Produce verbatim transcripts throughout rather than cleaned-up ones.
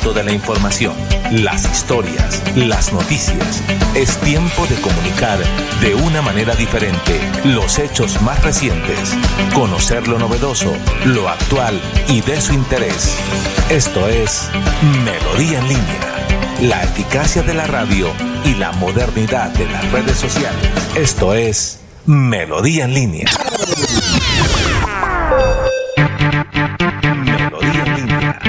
mundo de la información, las historias, las noticias. Es tiempo de comunicar de una manera diferente los hechos más recientes, conocer lo novedoso, lo actual y de su interés. Esto es Melodía en Línea, la eficacia de la radio y la modernidad de las redes sociales. Esto es Melodía en Línea. Melodía en Línea.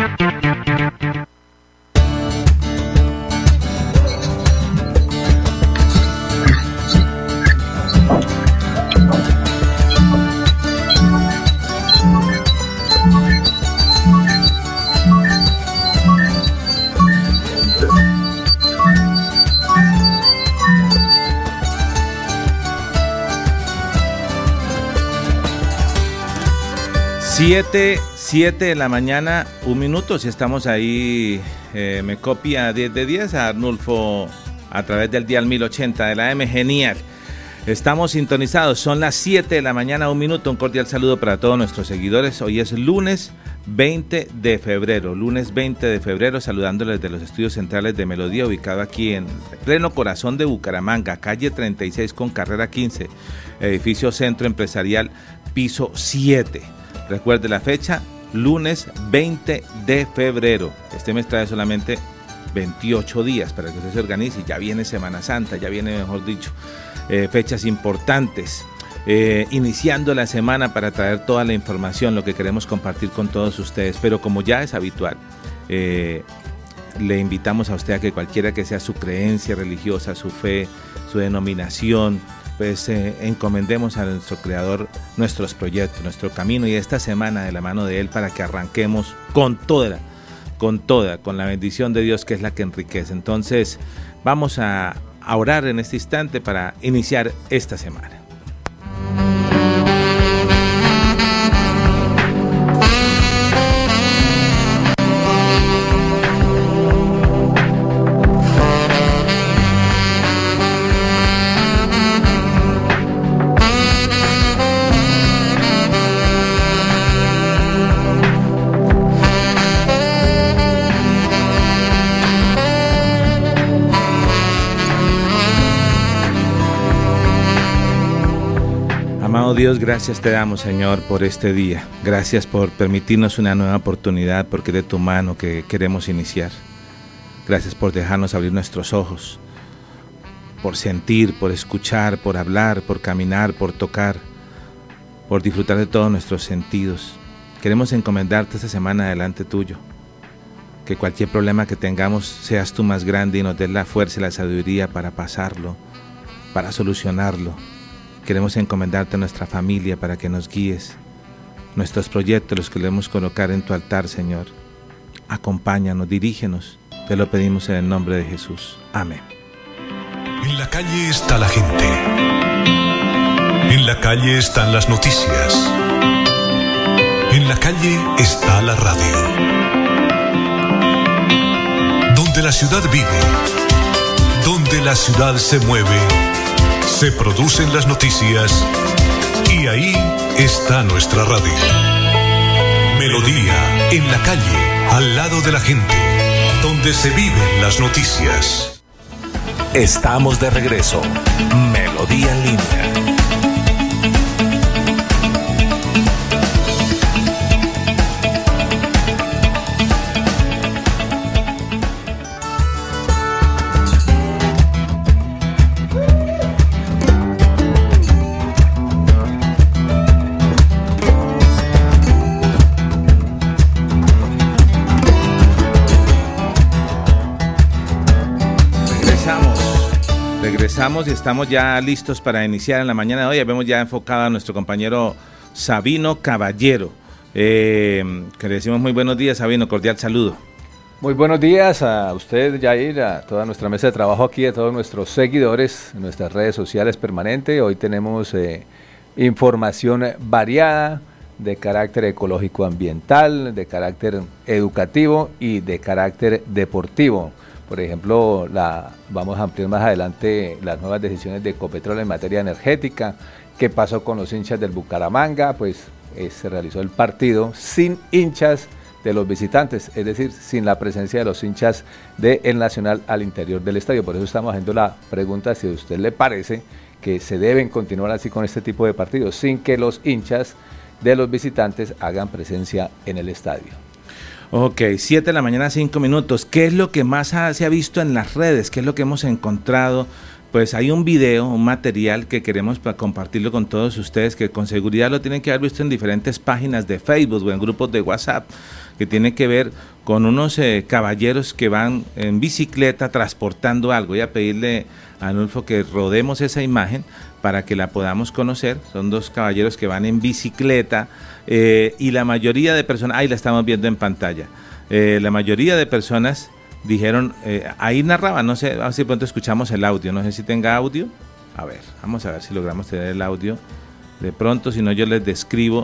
Siete, siete de la mañana, un minuto, si estamos ahí, eh, me copia diez de diez a Arnulfo a través del dial mil ochenta de la M, genial. Estamos sintonizados, son las siete de la mañana, un minuto, un cordial saludo para todos nuestros seguidores. Hoy es lunes veinte de febrero, lunes veinte de febrero, saludándoles de los estudios centrales de Melodía, ubicado aquí en pleno corazón de Bucaramanga, calle treinta y seis con carrera quince, edificio Centro Empresarial, piso siete. Recuerde la fecha, lunes veinte de febrero. Este mes trae solamente veintiocho días para que usted se organice. Ya viene Semana Santa, ya viene, mejor dicho, eh, fechas importantes. Eh, iniciando la semana para traer toda la información, lo que queremos compartir con todos ustedes. Pero como ya es habitual, eh, le invitamos a usted a que cualquiera que sea su creencia religiosa, su fe, su denominación, pues eh, encomendemos a nuestro Creador nuestros proyectos, nuestro camino y esta semana de la mano de Él para que arranquemos con toda, con toda, con la bendición de Dios que es la que enriquece. Entonces vamos a, a orar en este instante para iniciar esta semana. Amado Dios, gracias te damos, Señor, por este día. Gracias por permitirnos una nueva oportunidad, porque de tu mano que queremos iniciar. Gracias por dejarnos abrir nuestros ojos, por sentir, por escuchar, por hablar, por caminar, por tocar, por disfrutar de todos nuestros sentidos. Queremos encomendarte esta semana delante tuyo. Que cualquier problema que tengamos seas tú más grande y nos des la fuerza y la sabiduría para pasarlo, para solucionarlo. Queremos encomendarte a nuestra familia para que nos guíes. Nuestros proyectos los queremos colocar en tu altar, Señor. Acompáñanos, dirígenos. Te lo pedimos en el nombre de Jesús. Amén. En la calle está la gente. En la calle están las noticias. En la calle está la radio. Donde la ciudad vive, donde la ciudad se mueve, se producen las noticias y ahí está nuestra radio. Melodía, en la calle, al lado de la gente, donde se viven las noticias. Estamos de regreso. Melodía en Línea. Regresamos y estamos ya listos para iniciar en la mañana de hoy. Vemos ya enfocado a nuestro compañero Sabino Caballero, eh, que le decimos muy buenos días. Sabino, cordial saludo. Muy buenos días a usted, Yair, a toda nuestra mesa de trabajo aquí, a todos nuestros seguidores en nuestras redes sociales permanentes. Hoy tenemos eh, información variada de carácter ecológico ambiental, de carácter educativo y de carácter deportivo. Por ejemplo, la, vamos a ampliar más adelante las nuevas decisiones de Ecopetrol en materia energética. ¿Qué pasó con los hinchas del Bucaramanga? Pues eh, se realizó el partido sin hinchas, de los visitantes, es decir, sin la presencia de los hinchas del Nacional al interior del estadio. Por eso estamos haciendo la pregunta si a usted le parece que se deben continuar así con este tipo de partidos, sin que los hinchas de los visitantes hagan presencia en el estadio. Ok, siete de la mañana, cinco minutos. ¿Qué es lo que más ha, se ha visto en las redes? ¿Qué es lo que hemos encontrado? Pues hay un video, un material que queremos para compartirlo con todos ustedes, que con seguridad lo tienen que haber visto en diferentes páginas de Facebook o en grupos de WhatsApp, que tiene que ver con unos eh, caballeros que van en bicicleta transportando algo. Voy a pedirle a Arnulfo que rodemos esa imagen para que la podamos conocer. Son dos caballeros que van en bicicleta eh, y la mayoría de personas, ahí la estamos viendo en pantalla, eh, la mayoría de personas dijeron, eh, ahí narraban, no sé, a ver si de pronto escuchamos el audio, no sé si tenga audio, a ver, vamos a ver si logramos tener el audio, de pronto, si no yo les describo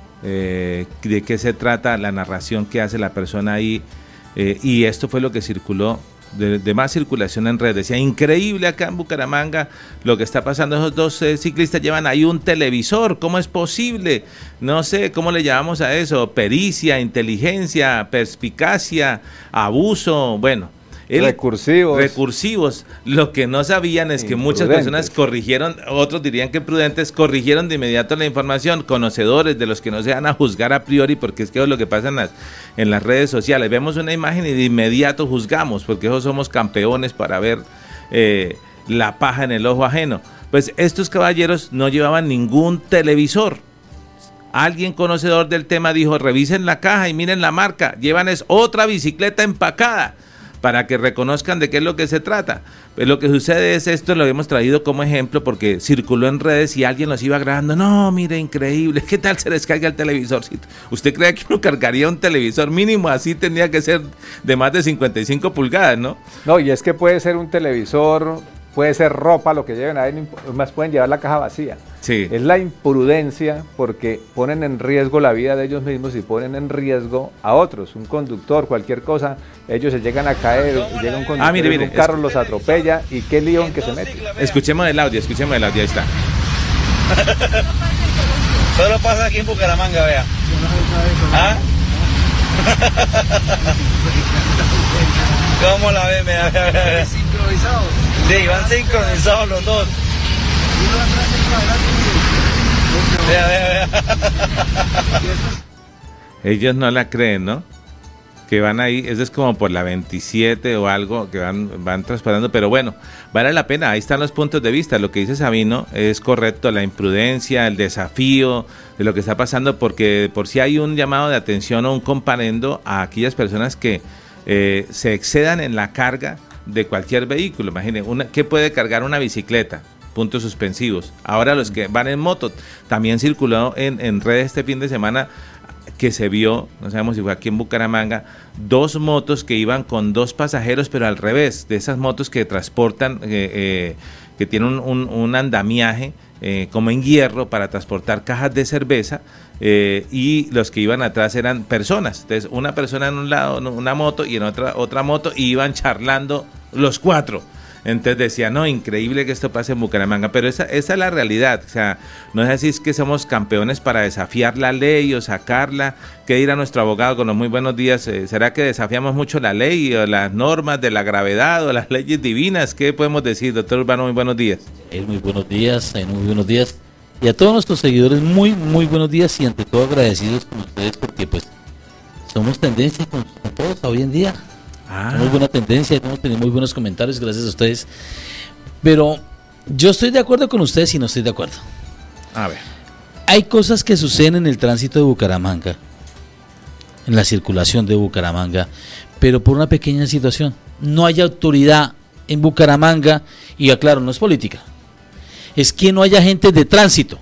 eh, de qué se trata la narración que hace la persona ahí, eh, y esto fue lo que circuló, de, de más circulación en redes. Decía, increíble acá en Bucaramanga lo que está pasando, esos dos eh, ciclistas llevan ahí un televisor, ¿cómo es posible? No sé, ¿cómo le llamamos a eso? Pericia, inteligencia, perspicacia, abuso, bueno. El, recursivos. Recursivos. Lo que no sabían es que muchas personas corrigieron, otros dirían que prudentes, corrigieron de inmediato la información, conocedores de los que no se van a juzgar a priori, porque es que es lo que pasa en las, en las redes sociales. Vemos una imagen y de inmediato juzgamos, porque esos somos campeones para ver eh, la paja en el ojo ajeno. Pues estos caballeros no llevaban ningún televisor. Alguien conocedor del tema dijo, revisen la caja y miren la marca, llevan es otra bicicleta empacada, para que reconozcan de qué es lo que se trata. Pues lo que sucede es esto, lo hemos traído como ejemplo porque circuló en redes y alguien los iba grabando. No, mire, increíble, ¿qué tal se descarga el televisorcito? ¿Usted cree que uno cargaría un televisor mínimo así? Tendría que ser de más de cincuenta y cinco pulgadas, ¿no? No, y es que puede ser un televisor, puede ser ropa, lo que lleven ahí, más pueden llevar la caja vacía. Sí. Es la imprudencia porque ponen en riesgo la vida de ellos mismos y ponen en riesgo a otros, un conductor, cualquier cosa, ellos se llegan a caer, llega un conductor, ah, mire, mire, un carro los atropella y qué lío en que se mete. Escuchemos el audio, escuchemos el audio, ahí está. Solo pasa aquí en Bucaramanga, vea. ¿Ah? ¿Cómo la ven? Vea, vea, vea. Sincronizados. Sí, van sincronizados los dos. Vea, vea, vea. Ellos no la creen, ¿no? Que van ahí, eso es como por la veintisiete o algo, que van, van transportando, pero bueno, vale la pena, ahí están los puntos de vista. Lo que dice Sabino es correcto, la imprudencia, el desafío de lo que está pasando, porque por si hay un llamado de atención o un comparendo a aquellas personas que eh, se excedan en la carga de cualquier vehículo. Imaginen, una, ¿qué puede cargar una bicicleta? Puntos suspensivos. Ahora los que van en moto, también circuló en, en redes este fin de semana que se vio, no sabemos si fue aquí en Bucaramanga, dos motos que iban con dos pasajeros, pero al revés, de esas motos que transportan, eh, eh, que tienen un, un, un andamiaje eh, como en hierro para transportar cajas de cerveza, eh, y los que iban atrás eran personas. Entonces, una persona en un lado, una moto, y en otra otra moto, y iban charlando los cuatro. Entonces decía, no, increíble que esto pase en Bucaramanga, pero esa, esa es la realidad. O sea, no es así, es que somos campeones para desafiar la ley o sacarla. ¿Qué dirá nuestro abogado con los muy buenos días? Eh, ¿Será que desafiamos mucho la ley o las normas de la gravedad o las leyes divinas? ¿Qué podemos decir, doctor Urbano? Muy buenos días. Eh, muy buenos días, eh, muy buenos días. Y a todos nuestros seguidores, muy, muy buenos días y ante todo agradecidos con ustedes porque pues somos tendencia con, con todos hoy en día. Ah. Muy buena tendencia, hemos tenido muy buenos comentarios, gracias a ustedes. Pero yo estoy de acuerdo con ustedes y no estoy de acuerdo. A ver. Hay cosas que suceden en el tránsito de Bucaramanga, en la circulación de Bucaramanga, pero por una pequeña situación. No hay autoridad en Bucaramanga, y aclaro, no es política, es que no haya agentes de tránsito.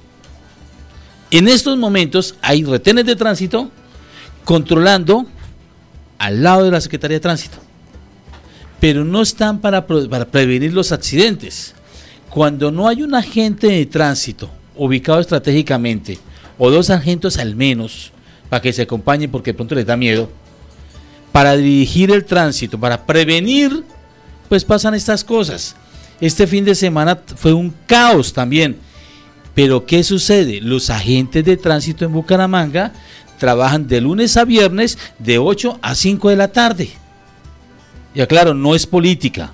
En estos momentos hay retenes de tránsito controlando al lado de la Secretaría de Tránsito, pero no están para, para prevenir los accidentes. Cuando no hay un agente de tránsito ubicado estratégicamente, o dos agentes al menos, para que se acompañen porque de pronto les da miedo, para dirigir el tránsito, para prevenir, pues pasan estas cosas. Este fin de semana fue un caos también, pero ¿qué sucede? Los agentes de tránsito en Bucaramanga trabajan de lunes a viernes de ocho a cinco de la tarde. Y aclaro, no es política,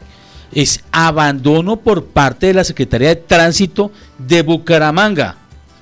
es abandono por parte de la Secretaría de Tránsito de Bucaramanga,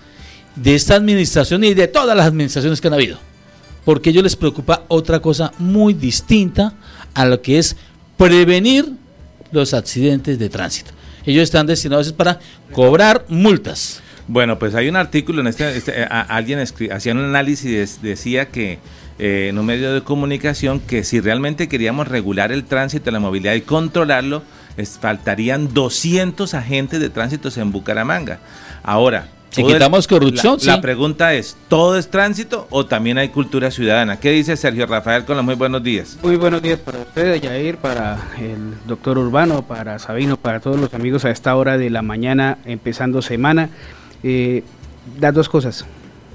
de esta administración y de todas las administraciones que han habido, porque a ellos les preocupa otra cosa muy distinta a lo que es prevenir los accidentes de tránsito. Ellos están destinados para cobrar multas. Bueno, pues hay un artículo en este, este a, alguien escri- hacía un análisis y des, decía que eh, en un medio de comunicación que si realmente queríamos regular el tránsito, la movilidad y controlarlo, es, faltarían doscientos agentes de tránsito en Bucaramanga. Ahora, si quitamos corrupción, la, sí. La pregunta es, ¿todo es tránsito o también hay cultura ciudadana? ¿Qué dice Sergio Rafael con los muy buenos días? Muy buenos días para ustedes, Yair, para el doctor Urbano, para Sabino, para todos los amigos a esta hora de la mañana, empezando semana. Eh, las dos cosas.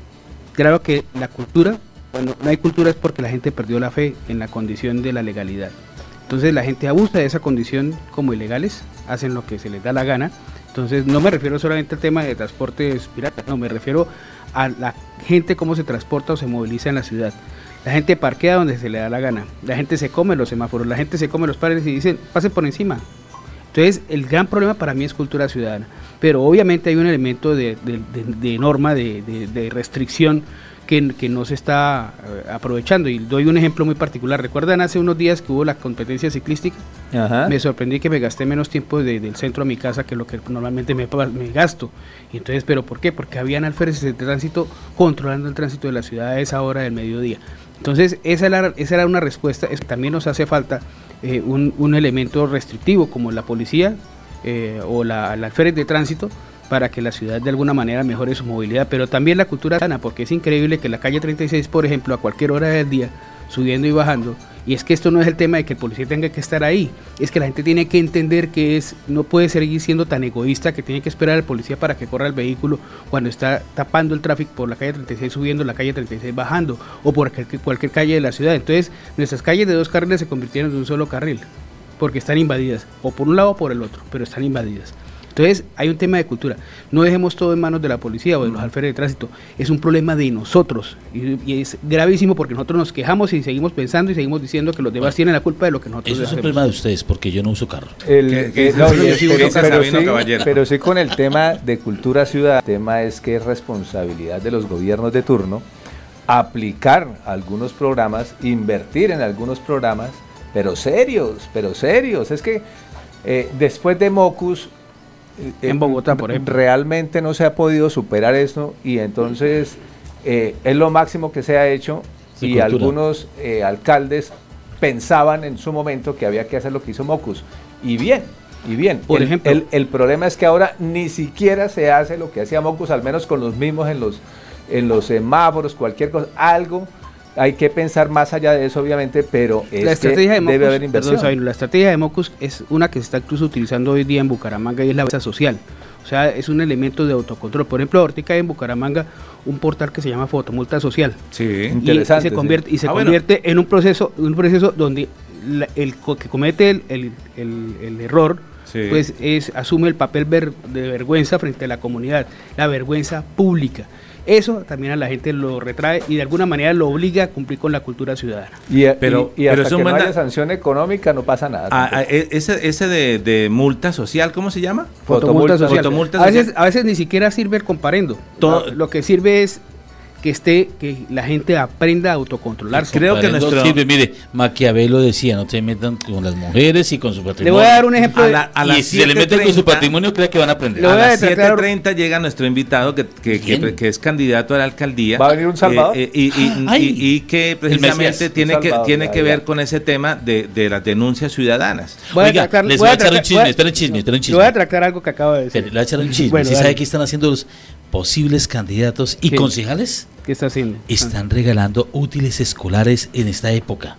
Claro que la cultura, cuando no hay cultura es porque la gente perdió la fe en la condición de la legalidad. Entonces la gente abusa de esa condición como ilegales, hacen lo que se les da la gana. Entonces no me refiero solamente al tema de transportes piratas, no, me refiero a la gente cómo se transporta o se moviliza en la ciudad. La gente parquea donde se le da la gana, la gente se come los semáforos, la gente se come los pares y dicen, pasen por encima. Entonces el gran problema para mí es cultura ciudadana, pero obviamente hay un elemento de, de, de, de norma, de, de, de restricción que, que no se está uh, aprovechando, y doy un ejemplo muy particular. ¿Recuerdan hace unos días que hubo la competencia ciclística? Ajá. Me sorprendí que me gasté menos tiempo de, del centro a mi casa que lo que normalmente me, me gasto. Y entonces, ¿pero por qué? Porque habían alférezes de tránsito controlando el tránsito de la ciudad a esa hora del mediodía. Entonces, esa era, esa era una respuesta. Es, también nos hace falta eh, un, un elemento restrictivo como la policía eh, o la, la alférez de tránsito, para que la ciudad de alguna manera mejore su movilidad, pero también la cultura sana, porque es increíble que la calle treinta y seis, por ejemplo, a cualquier hora del día, subiendo y bajando, y es que esto no es el tema de que el policía tenga que estar ahí, es que la gente tiene que entender que es no puede seguir siendo tan egoísta que tiene que esperar al policía para que corra el vehículo cuando está tapando el tráfico por la calle treinta y seis subiendo, la calle treinta y seis bajando, o por cualquier, cualquier calle de la ciudad. Entonces, nuestras calles de dos carriles se convirtieron en un solo carril, porque están invadidas, o por un lado o por el otro, pero están invadidas. Entonces hay un tema de cultura, no dejemos todo en manos de la policía o de los alférez de tránsito, es un problema de nosotros y, y es gravísimo porque nosotros nos quejamos y seguimos pensando y seguimos diciendo que los demás bueno, tienen la culpa de lo que nosotros eso hacemos. Es un problema de ustedes porque yo no uso carro. El, ¿Qué, qué, no, pero, sí, pero, pero, sí, pero sí con el tema de cultura ciudadana, el tema es que es responsabilidad de los gobiernos de turno aplicar algunos programas, invertir en algunos programas, pero serios, pero serios, es que eh, después de Mocus, en Bogotá, por ejemplo, realmente no se ha podido superar esto y entonces eh, es lo máximo que se ha hecho y cultura. Algunos eh, alcaldes pensaban en su momento que había que hacer lo que hizo Mocus y bien, y bien. Por el, ejemplo, el, el problema es que ahora ni siquiera se hace lo que hacía Mocus, al menos con los mismos en los en los semáforos, cualquier cosa, algo. Hay que pensar más allá de eso, obviamente, pero es la estrategia de Mocus, debe haber inversión. Perdón, Sabino, la estrategia de Mocus es una que se está incluso utilizando hoy día en Bucaramanga y es la brecha social. O sea, es un elemento de autocontrol. Por ejemplo, ahorita hay en Bucaramanga un portal que se llama Fotomulta Social. Sí, interesante. Y se convierte, sí. y se ah, convierte bueno. en un proceso, un proceso donde la, el que comete el, el, el, el error, sí. pues es asume el papel ver, de vergüenza frente a la comunidad, la vergüenza pública. Eso también a la gente lo retrae y de alguna manera lo obliga a cumplir con la cultura ciudadana. Y, pero, y, y hasta pero que no haya sanción económica no pasa nada. Ah, ah, ese ese de, de multa social, ¿cómo se llama? Fotomulta, Fotomulta social. Fotomulta a, veces, a veces ni siquiera sirve el comparendo. Todo, lo, lo que sirve es que esté que la gente aprenda a autocontrolarse. Creo que nuestro sirve, mire, Maquiavelo decía, no se metan con las mujeres y con su patrimonio. Le voy a dar un ejemplo. A la, a y si se le meten con su patrimonio, cree que van a aprender. A las siete treinta llega nuestro invitado que, que, que, que es candidato a la alcaldía. ¿Va a venir un Salvador? Eh, eh, y, y, y, y que precisamente tiene Salvador, que tiene que ver con ese tema de, de las denuncias ciudadanas. Voy Oiga, a tratar, les voy a echar un chisme, esperen chisme, esperen un chisme. Le voy a tratar algo que acabo de decir. Le voy a echar un chisme. Bueno, ¿sí sabe qué están haciendo los posibles candidatos y ¿Qué? concejales? ¿Qué está haciendo? Están regalando útiles escolares en esta época.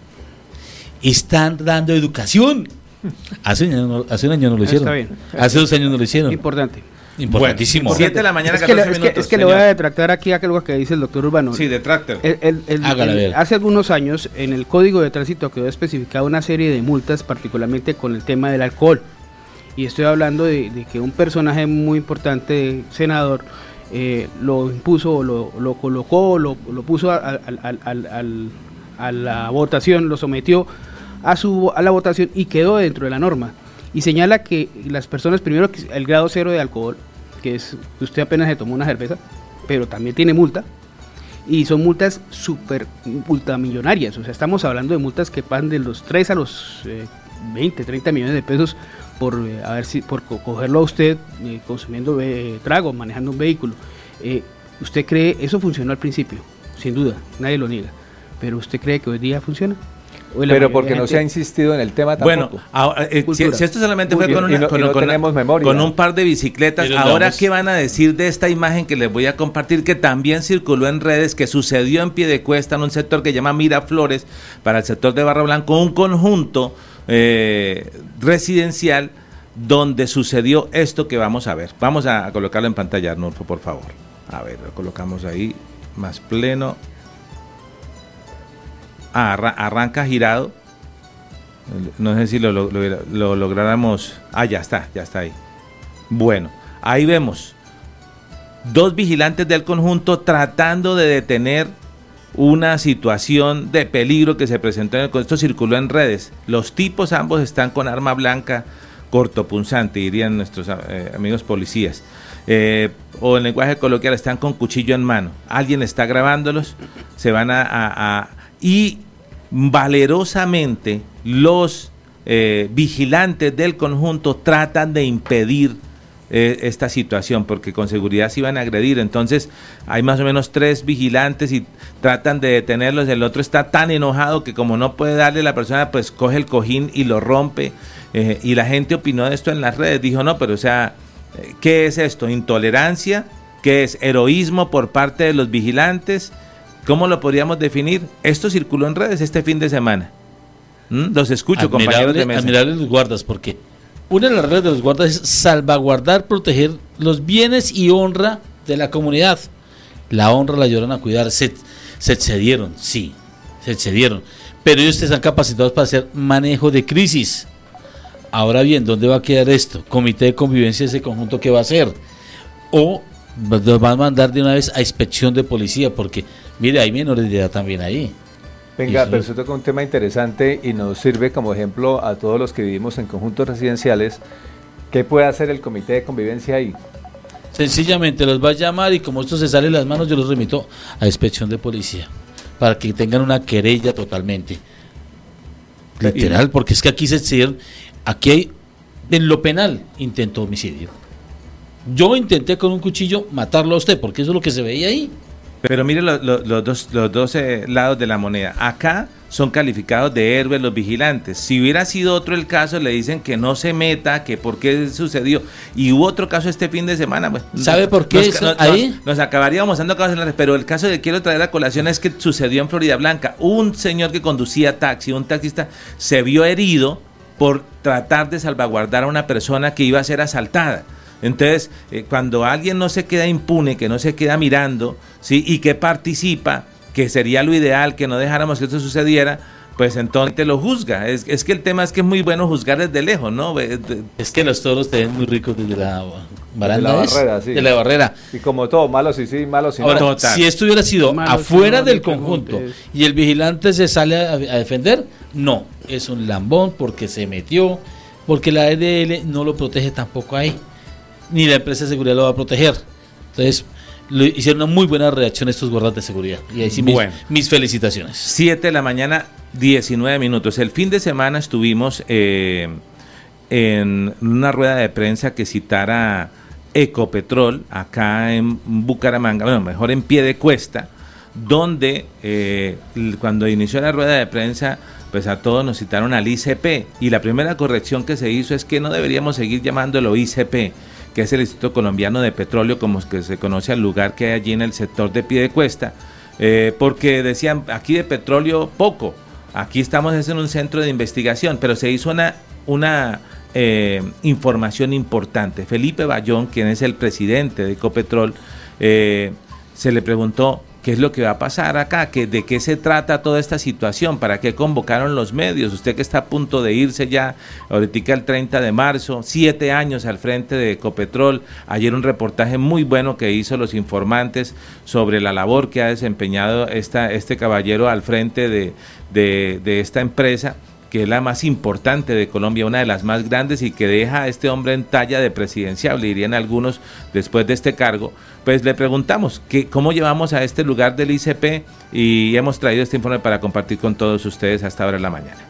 Están dando educación. Hace un año, hace un año no lo hicieron. Está bien. Hace dos años no lo hicieron. Importante. Importantísimo. siete de la mañana, es que catorce le, minutos. Es que, es que le voy a detractar aquí algo que dice el doctor Urbano. Sí, detractor. El, el, el, el, hace algunos años, en el Código de Tránsito quedó especificada una serie de multas, particularmente con el tema del alcohol. Y estoy hablando de, de que un personaje muy importante, senador, eh, lo impuso, lo, lo colocó, lo, lo puso a, a, a, a, a la votación, lo sometió a, su, a la votación y quedó dentro de la norma. Y señala que las personas, primero, el grado cero de alcohol, que es que usted apenas se tomó una cerveza, pero también tiene multa, y son multas súper ultramillonarias, o sea, estamos hablando de multas que van de los tres a los eh, veinte, treinta millones de pesos por eh, a ver si por co cogerlo a usted eh, consumiendo eh, trago, manejando un vehículo. Eh, ¿Usted cree, eso funcionó al principio? Sin duda, nadie lo niega, pero ¿usted cree que hoy día funciona? Pero porque no se ha insistido en el tema tampoco. Bueno, ahora, eh, si, si esto solamente fue con, una, y no, con, y no con, tenemos una, memoria. con un par de bicicletas, Pero ahora vamos. ¿qué van a decir de esta imagen que les voy a compartir, que también circuló en redes, que sucedió en Piedecuesta, en un sector que se llama Miraflores, para el sector de Barra Blanca, un conjunto eh, residencial donde sucedió esto que vamos a ver? Vamos a colocarlo en pantalla, Arnulfo, por favor. A ver, lo colocamos ahí, más pleno. Ah, arra arranca girado. No sé si lo, lo, lo, lo lográramos. Ah, ya está, ya está ahí. Bueno, ahí vemos dos vigilantes del conjunto tratando de detener una situación de peligro que se presentó en el conjunto. Esto circuló en redes. Los tipos ambos están con arma blanca cortopunzante, dirían nuestros eh, amigos policías. Eh, o en lenguaje coloquial, están con cuchillo en mano. Alguien está grabándolos, se van a... a, a y valerosamente los eh, vigilantes del conjunto tratan de impedir eh, esta situación, porque con seguridad se iban a agredir. Entonces hay más o menos tres vigilantes y tratan de detenerlos. El otro está tan enojado que, como no puede darle a la persona, pues coge el cojín y lo rompe. Eh, y la gente opinó de esto en las redes, dijo: no, pero o sea, ¿qué es esto? ¿Intolerancia? ¿Qué es heroísmo por parte de los vigilantes? ¿Cómo lo podríamos definir? Esto circuló en redes este fin de semana. ¿Mm? Los escucho, Admirable, compañeros de mesa. Admirable los guardas, porque una de las reglas de los guardas es salvaguardar, proteger los bienes y honra de la comunidad. La honra la ayudaron a cuidar. Se, se excedieron, sí, se excedieron. Pero ellos están capacitados para hacer manejo de crisis. Ahora bien, ¿dónde va a quedar esto? Comité de convivencia, ese conjunto, ¿qué va a hacer? O nos van a mandar de una vez a inspección de policía, porque mire, hay menores de edad también ahí. Venga, Eso. pero eso toca un tema interesante y nos sirve como ejemplo a todos los que vivimos en conjuntos residenciales. ¿Qué puede hacer el comité de convivencia ahí? Sencillamente los va a llamar, y como esto se sale de las manos, yo los remito a inspección de policía, para que tengan una querella totalmente. Literal, porque es que aquí se excedieron. Aquí hay, en lo penal, intento homicidio. Yo intenté con un cuchillo matarlo a usted, porque eso es lo que se veía ahí. Pero mire lo, lo, los dos, los dos eh, lados de la moneda. Acá son calificados de héroes los vigilantes. Si hubiera sido otro el caso, le dicen que no se meta, que por qué sucedió. Y hubo otro caso este fin de semana. Pues, ¿Sabe por qué nos, eso, nos, ahí? Nos, nos acabaríamos dando casos en la red, pero el caso que quiero traer a colación es que sucedió en Florida Blanca. Un señor que conducía taxi, un taxista, se vio herido por tratar de salvaguardar a una persona que iba a ser asaltada. Entonces, eh, cuando alguien no se queda impune, que no se queda mirando, ¿sí? Y que participa, que sería lo ideal, que no dejáramos que esto sucediera, pues entonces lo juzga. Es, es que el tema es que es muy bueno juzgar desde lejos, ¿no? Es que los toros te ven muy ricos desde la baranda, desde la barrera, sí. De la barrera. Y como todo, malos y sí, malos y Ahora, no. Total. si esto hubiera sido Malos afuera no, del no conjunto preguntes. y el vigilante se sale a, a defender, no, es un lambón porque se metió, porque la A D L no lo protege tampoco ahí, ni la empresa de seguridad lo va a proteger. Entonces, lo, hicieron una muy buena reacción estos guardas de seguridad. Y ahí sí, Bueno. mis, mis felicitaciones. siete de la mañana, diecinueve minutos. El fin de semana estuvimos eh, en una rueda de prensa que citara Ecopetrol, acá en Bucaramanga, bueno, mejor en Piedecuesta, donde eh, cuando inició la rueda de prensa, pues a todos nos citaron al I C P, y la primera corrección que se hizo es que no deberíamos seguir llamándolo I C P, que es el Instituto Colombiano de Petróleo, como que se conoce al lugar que hay allí en el sector de Piedecuesta, eh, porque decían, aquí de petróleo poco, aquí estamos en un centro de investigación, pero se hizo una, una eh, información importante. Felipe Bayón, quien es el presidente de Ecopetrol, eh, se le preguntó qué es lo que va a pasar acá, que, de qué se trata toda esta situación, para qué convocaron los medios, usted que está a punto de irse ya, ahorita el treinta de marzo, siete años al frente de Ecopetrol, ayer un reportaje muy bueno que hizo Los Informantes sobre la labor que ha desempeñado esta, este caballero al frente de, de, de esta empresa, que es la más importante de Colombia, una de las más grandes, y que deja a este hombre en talla de presidenciable, dirían algunos, después de este cargo. Pues le preguntamos que, cómo llevamos a este lugar del I C P, y hemos traído este informe para compartir con todos ustedes hasta ahora en la mañana.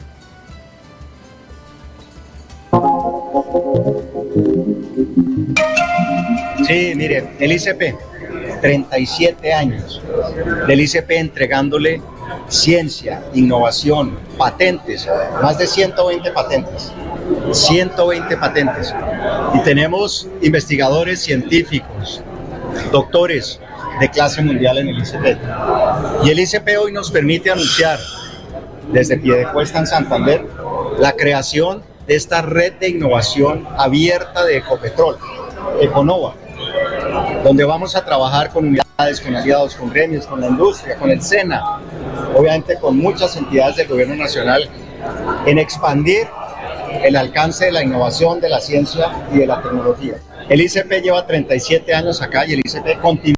Sí, mire, el I C P, treinta y siete años del I C P entregándole ciencia, innovación, patentes, más de ciento veinte patentes, ciento veinte patentes. Y tenemos investigadores científicos, doctores de clase mundial en el I C P. Y el I C P hoy nos permite anunciar, desde Piedecuesta en Santander, la creación de esta red de innovación abierta de Ecopetrol, Econova, donde vamos a trabajar con unidades, con aliados, con gremios, con la industria, con el SENA, obviamente con muchas entidades del gobierno nacional, en expandir el alcance de la innovación, de la ciencia y de la tecnología. El I C P lleva treinta y siete años acá y el I C P continúa.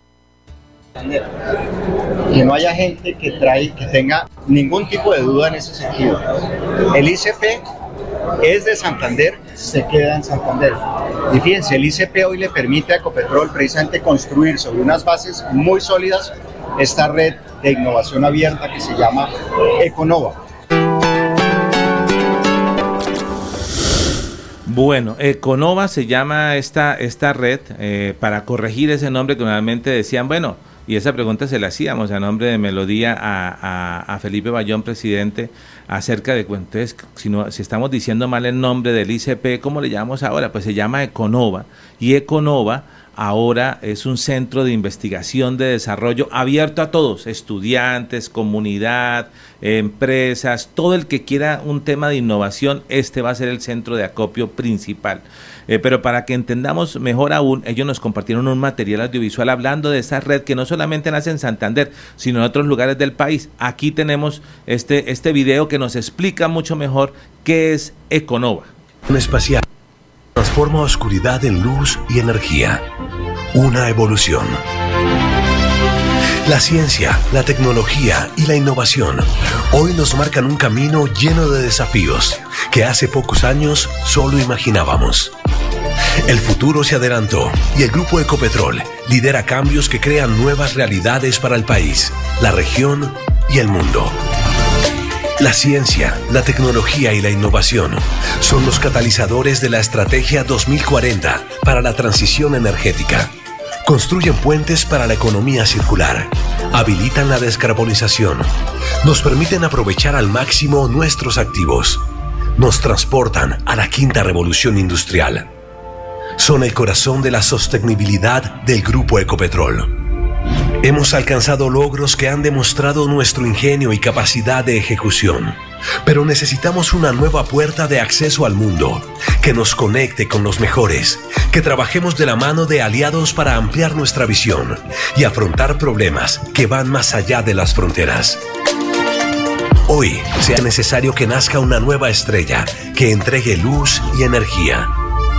Que no haya gente que, trae, que tenga ningún tipo de duda en ese sentido. El I C P es de Santander, se queda en Santander. Y fíjense, el I C P hoy le permite a Ecopetrol precisamente construir sobre unas bases muy sólidas esta red de innovación abierta que se llama Econova. Bueno, Econova se llama esta, esta red, eh, para corregir ese nombre que normalmente decían, bueno, y esa pregunta se la hacíamos a nombre de Melodía a, a, a Felipe Bayón, presidente, acerca de, bueno, entonces, si, no, si estamos diciendo mal el nombre del I C P, ¿cómo le llamamos ahora? Pues se llama Econova, y Econova ahora es un centro de investigación, de desarrollo abierto a todos, estudiantes, comunidad, empresas, todo el que quiera un tema de innovación, este va a ser el centro de acopio principal. Eh, pero para que entendamos mejor aún, ellos nos compartieron un material audiovisual hablando de esa red que no solamente nace en Santander, sino en otros lugares del país. Aquí tenemos este, este video que nos explica mucho mejor qué es Econova. Un espacial transforma oscuridad en luz y energía. Una evolución. La ciencia, la tecnología y la innovación hoy nos marcan un camino lleno de desafíos que hace pocos años solo imaginábamos. El futuro se adelantó y el Grupo Ecopetrol lidera cambios que crean nuevas realidades para el país, la región y el mundo. La ciencia, la tecnología y la innovación son los catalizadores de la Estrategia dos mil cuarenta para la transición energética. Construyen puentes para la economía circular, habilitan la descarbonización, nos permiten aprovechar al máximo nuestros activos, nos transportan a la quinta revolución industrial. Son el corazón de la sostenibilidad del Grupo Ecopetrol. Hemos alcanzado logros que han demostrado nuestro ingenio y capacidad de ejecución, pero necesitamos una nueva puerta de acceso al mundo, que nos conecte con los mejores, que trabajemos de la mano de aliados para ampliar nuestra visión y afrontar problemas que van más allá de las fronteras. Hoy sea necesario que nazca una nueva estrella que entregue luz y energía.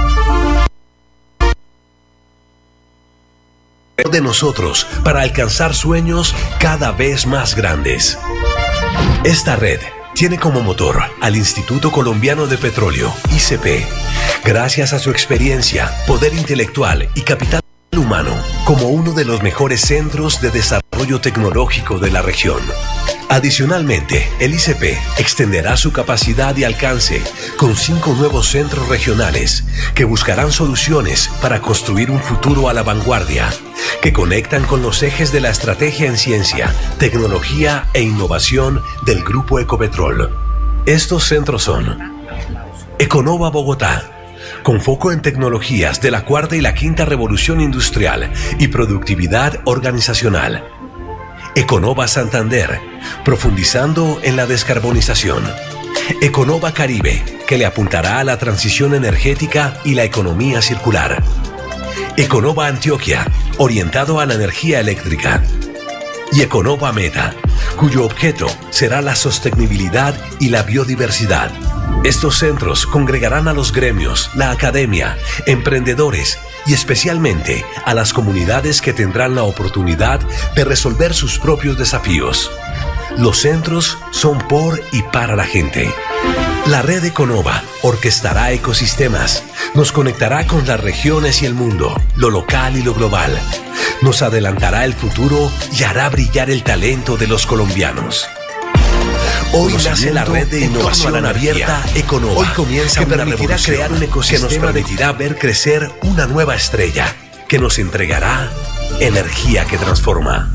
De nosotros para alcanzar sueños cada vez más grandes. Esta red tiene como motor al Instituto Colombiano de Petróleo, I C P, gracias a su experiencia, poder intelectual y capital humano, como uno de los mejores centros de desarrollo tecnológico de la región. Adicionalmente, el I C P extenderá su capacidad y alcance con cinco nuevos centros regionales que buscarán soluciones para construir un futuro a la vanguardia, que conectan con los ejes de la estrategia en ciencia, tecnología e innovación del Grupo Ecopetrol. Estos centros son Econova Bogotá, con foco en tecnologías de la cuarta y la quinta revolución industrial y productividad organizacional. Econova Santander, profundizando en la descarbonización. Econova Caribe, que le apuntará a la transición energética y la economía circular. Econova Antioquia, orientado a la energía eléctrica. y Econova Meta, cuyo objeto será la sostenibilidad y la biodiversidad. Estos centros congregarán a los gremios, la academia, emprendedores y especialmente a las comunidades que tendrán la oportunidad de resolver sus propios desafíos. Los centros son por y para la gente. La red Econova orquestará ecosistemas, nos conectará con las regiones y el mundo, lo local y lo global. Nos adelantará el futuro y hará brillar el talento de los colombianos. Hoy nace la red de innovación abierta Econova. Hoy comienza que permitirá crear un ecosistema que nos permitirá ver crecer una nueva estrella que nos entregará energía que transforma.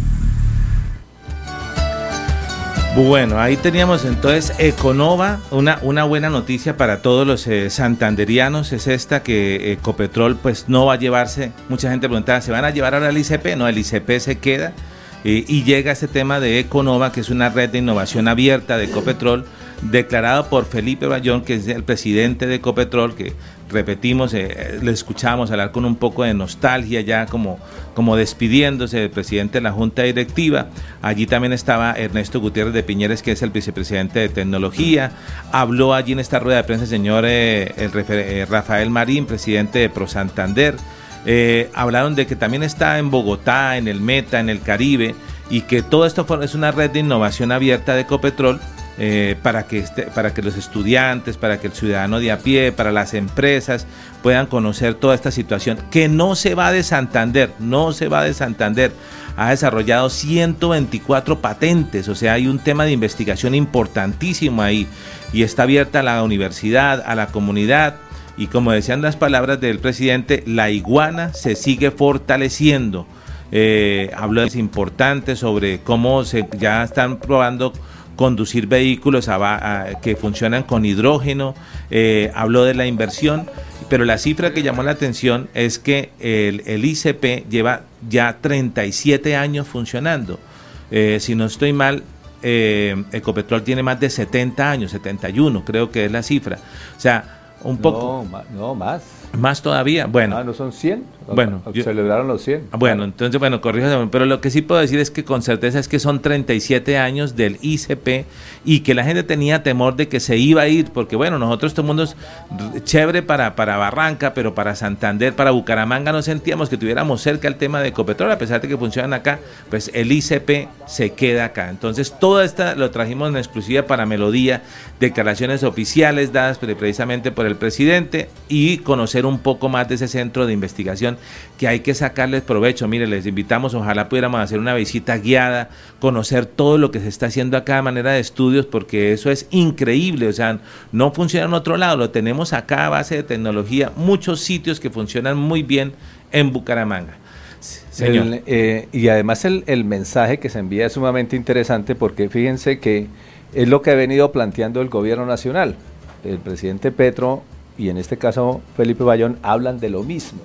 Bueno, ahí teníamos entonces Econova, una, una buena noticia para todos los eh, santanderianos, es esta que Ecopetrol pues no va a llevarse, mucha gente preguntaba, ¿se van a llevar ahora el I C P? No, el I C P se queda eh, y llega este tema de Econova, que es una red de innovación abierta de Ecopetrol, declarado por Felipe Bayón, que es el presidente de Ecopetrol, que repetimos, eh, le escuchamos hablar con un poco de nostalgia ya como, como despidiéndose del presidente de la Junta Directiva. Allí también estaba Ernesto Gutiérrez de Piñeres, que es el vicepresidente de Tecnología. Habló allí en esta rueda de prensa el señor eh, el refer- eh, Rafael Marín, presidente de Pro Santander. Eh, hablaron de que también está en Bogotá, en el Meta, en el Caribe, y que todo esto es una red de innovación abierta de Ecopetrol, Eh, para que este, para que los estudiantes, para que el ciudadano de a pie, para las empresas puedan conocer toda esta situación, que no se va de Santander, no se va de Santander. Ha desarrollado ciento veinticuatro patentes, o sea, hay un tema de investigación importantísimo ahí, y está abierta a la universidad, a la comunidad, y como decían las palabras del presidente, la iguana se sigue fortaleciendo. Eh, habló de importantes sobre cómo se ya están probando conducir vehículos a, a, que funcionan con hidrógeno, eh, habló de la inversión, pero la cifra que llamó la atención es que el, el I C P lleva ya treinta y siete años funcionando. Eh, si no estoy mal, eh, Ecopetrol tiene más de setenta años, setenta y uno creo que es la cifra. O sea, un poco... No, no más. Más todavía, bueno. Ah, ¿no son cien? Bueno, yo, celebraron los cien. Bueno, claro. Entonces, bueno, corríjame, pero lo que sí puedo decir es que con certeza es que son treinta y siete años del I C P y que la gente tenía temor de que se iba a ir, porque bueno, nosotros todo el mundo es chévere para, para Barranca, pero para Santander, para Bucaramanga no sentíamos que tuviéramos cerca el tema de Ecopetrol, a pesar de que funcionan acá, pues el I C P se queda acá. Entonces, todo esto lo trajimos en exclusiva para Melodía, declaraciones oficiales dadas precisamente por el presidente y conocer un poco más de ese centro de investigación que hay que sacarles provecho. Mire, les invitamos, ojalá pudiéramos hacer una visita guiada, conocer todo lo que se está haciendo acá de manera de estudios, porque eso es increíble, o sea, no funciona en otro lado, lo tenemos acá a base de tecnología, muchos sitios que funcionan muy bien en Bucaramanga. Señor. El, eh, y además el, el mensaje que se envía es sumamente interesante, porque fíjense que es lo que ha venido planteando el gobierno nacional. El presidente Petro y en este caso Felipe Bayón hablan de lo mismo,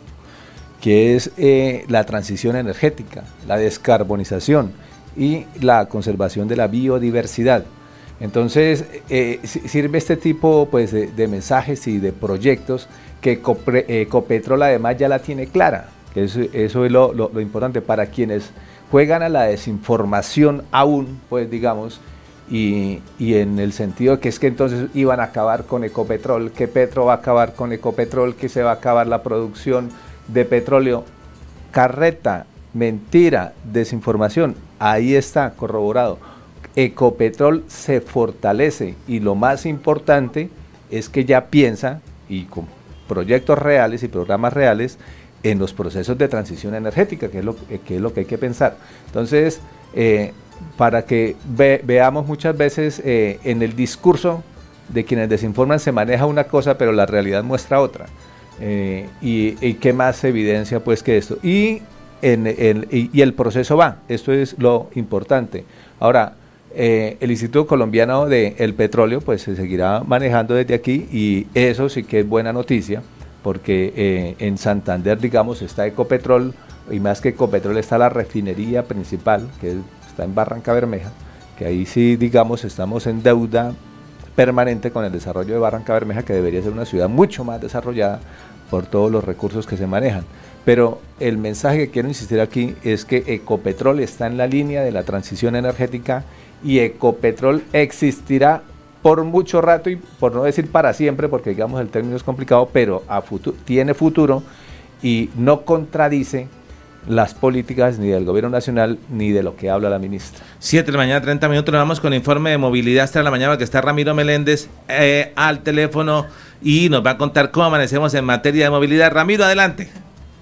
que es eh, la transición energética, la descarbonización y la conservación de la biodiversidad. Entonces eh, sirve este tipo pues, de, de mensajes y de proyectos que Ecopre, Ecopetrol además ya la tiene clara, que eso, eso es lo, lo, lo importante para quienes juegan a la desinformación aún, pues digamos, Y, y en el sentido que es que entonces iban a acabar con Ecopetrol, que Petro va a acabar con Ecopetrol, que se va a acabar la producción de petróleo. Carreta, mentira, desinformación, ahí está corroborado. Ecopetrol se fortalece y lo más importante es que ya piensa, y con proyectos reales y programas reales, en los procesos de transición energética, que es lo que, es lo que hay que pensar. Entonces, eh, para que ve, veamos muchas veces eh, en el discurso de quienes desinforman se maneja una cosa, pero la realidad muestra otra. Eh, y, y qué más evidencia pues que esto. Y, en, en, y, y el proceso va, esto es lo importante. Ahora, eh, el Instituto Colombiano del Petróleo pues se seguirá manejando desde aquí y eso sí que es buena noticia, porque eh, en Santander, digamos, está Ecopetrol, y más que Ecopetrol está la refinería principal, que es está en Barranca Bermeja, que ahí sí, digamos, estamos en deuda permanente con el desarrollo de Barranca Bermeja, que debería ser una ciudad mucho más desarrollada por todos los recursos que se manejan. Pero el mensaje que quiero insistir aquí es que Ecopetrol está en la línea de la transición energética y Ecopetrol existirá por mucho rato y por no decir para siempre, porque digamos el término es complicado, pero a futuro, tiene futuro y no contradice las políticas ni del gobierno nacional ni de lo que habla la ministra. siete de la mañana, treinta minutos, nos vamos con informe de movilidad hasta la mañana, que está Ramiro Meléndez eh, al teléfono y nos va a contar cómo amanecemos en materia de movilidad. Ramiro, adelante.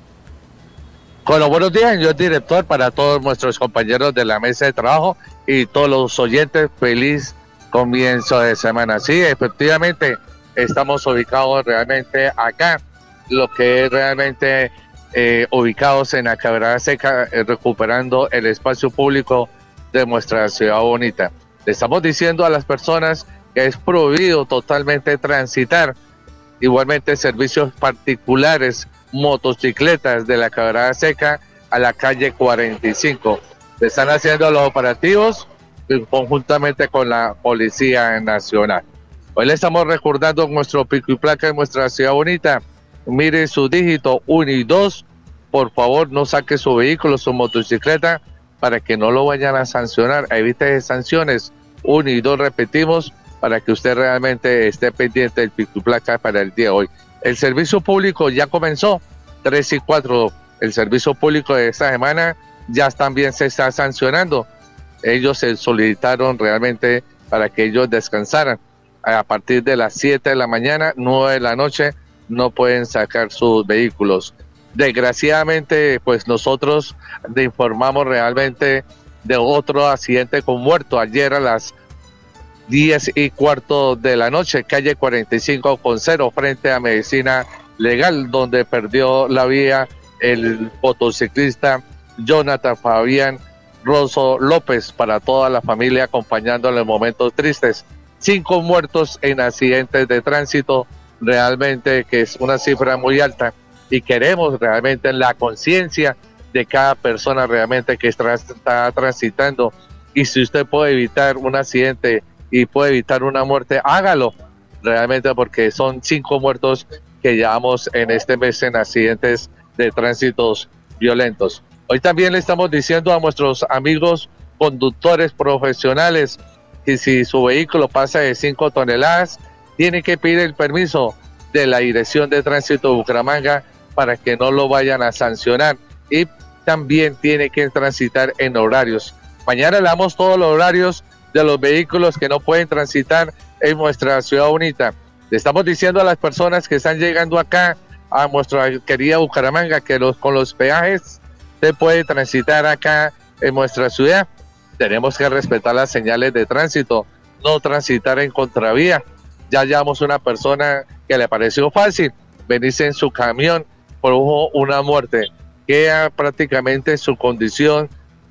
Con los buenos días, señor director, para todos nuestros compañeros de la mesa de trabajo y todos los oyentes, feliz comienzo de semana. Sí, efectivamente, estamos ubicados realmente acá, lo que es realmente eh, ubicados en la Quebrada Seca, eh, recuperando el espacio público de nuestra ciudad bonita. Le estamos diciendo a las personas que es prohibido totalmente transitar, igualmente servicios particulares, motocicletas de la Quebrada Seca a la calle cuarenta y cinco. Se están haciendo los operativos conjuntamente con la Policía Nacional. Hoy le estamos recordando nuestro pico y placa en nuestra ciudad bonita. Mire su dígito uno y dos. Por favor, no saque su vehículo, su motocicleta, para que no lo vayan a sancionar. Evite sanciones. uno y dos, repetimos, para que usted realmente esté pendiente del pico y placa para el día de hoy. El servicio público ya comenzó, tres y cuatro. El servicio público de esta semana ya también se está sancionando. Ellos se solicitaron realmente para que ellos descansaran. A partir de las siete de la mañana, nueve de la noche, no pueden sacar sus vehículos. Desgraciadamente, pues nosotros le informamos realmente de otro accidente con muerto. Ayer a las diez y cuarto de la noche, calle cuarenta y cinco con cero, frente a Medicina Legal, donde perdió la vida el motociclista Jonathan Fabián Rosso López, para toda la familia acompañándole en momentos tristes. Cinco muertos en accidentes de tránsito, realmente que es una cifra muy alta, y queremos realmente la conciencia de cada persona realmente que está, está transitando, y si usted puede evitar un accidente y puede evitar una muerte, hágalo realmente, porque son cinco muertos que llevamos en este mes en accidentes de tránsitos violentos. Hoy también le estamos diciendo a nuestros amigos conductores profesionales que si su vehículo pasa de cinco toneladas, tiene que pedir el permiso de la Dirección de Tránsito de Bucaramanga para que no lo vayan a sancionar, y también tiene que transitar en horarios. Mañana le damos todos los horarios de los vehículos que no pueden transitar en nuestra ciudad bonita. Le estamos diciendo a las personas que están llegando acá a nuestra querida Bucaramanga que los, con los peajes se puede transitar acá en nuestra ciudad. Tenemos que respetar las señales de tránsito, no transitar en contravía. Ya llevamos una persona que le pareció fácil venirse en su camión, produjo una muerte. Queda prácticamente su condición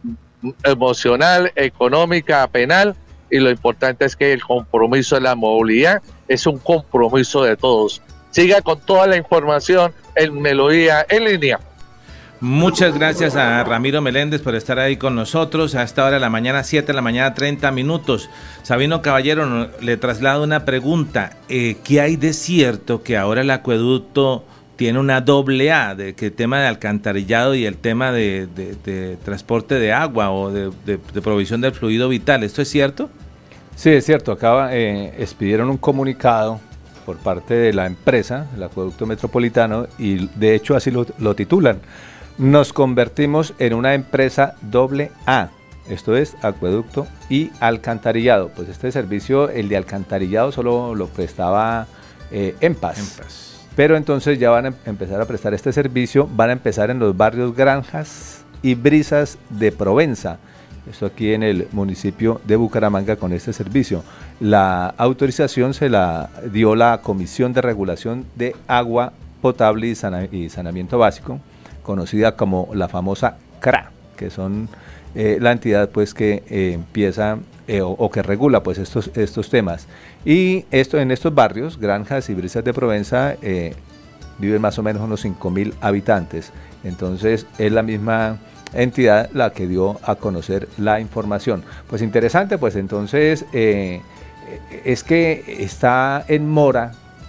emocional, económica, penal, y lo importante es que el compromiso de la movilidad es un compromiso de todos. Siga con toda la información en Melodía en Línea. Muchas gracias a Ramiro Meléndez por estar ahí con nosotros a esta hora de la mañana, siete de la mañana, treinta minutos. Sabino Caballero, le traslado una pregunta. Eh, ¿Qué hay de cierto que ahora el acueducto tiene una doble A, de que el tema de alcantarillado y el tema de, de, de transporte de agua o de, de, de provisión del fluido vital? ¿Esto es cierto? Sí, es cierto. Acaba, eh, expidieron un comunicado por parte de la empresa, el Acueducto Metropolitano, y de hecho así lo, lo titulan. Nos convertimos en una empresa doble A, esto es acueducto y alcantarillado. Pues este servicio, el de alcantarillado, solo lo prestaba eh, EMPAS. EMPAS. Pero entonces ya van a empezar a prestar este servicio, van a empezar en los barrios Granjas y Brisas de Provenza. Esto aquí en el municipio de Bucaramanga con este servicio. La autorización se la dio la Comisión de Regulación de Agua Potable y, Sana- y Saneamiento Básico, conocida como la famosa C R A, que son eh, la entidad pues que eh, empieza eh, o, o que regula pues estos, estos temas. Y esto en estos barrios, Granjas y Brisas de Provenza, eh, viven más o menos unos cinco mil habitantes. Entonces es la misma entidad la que dio a conocer la información. Pues interesante, pues entonces eh, es que está en mora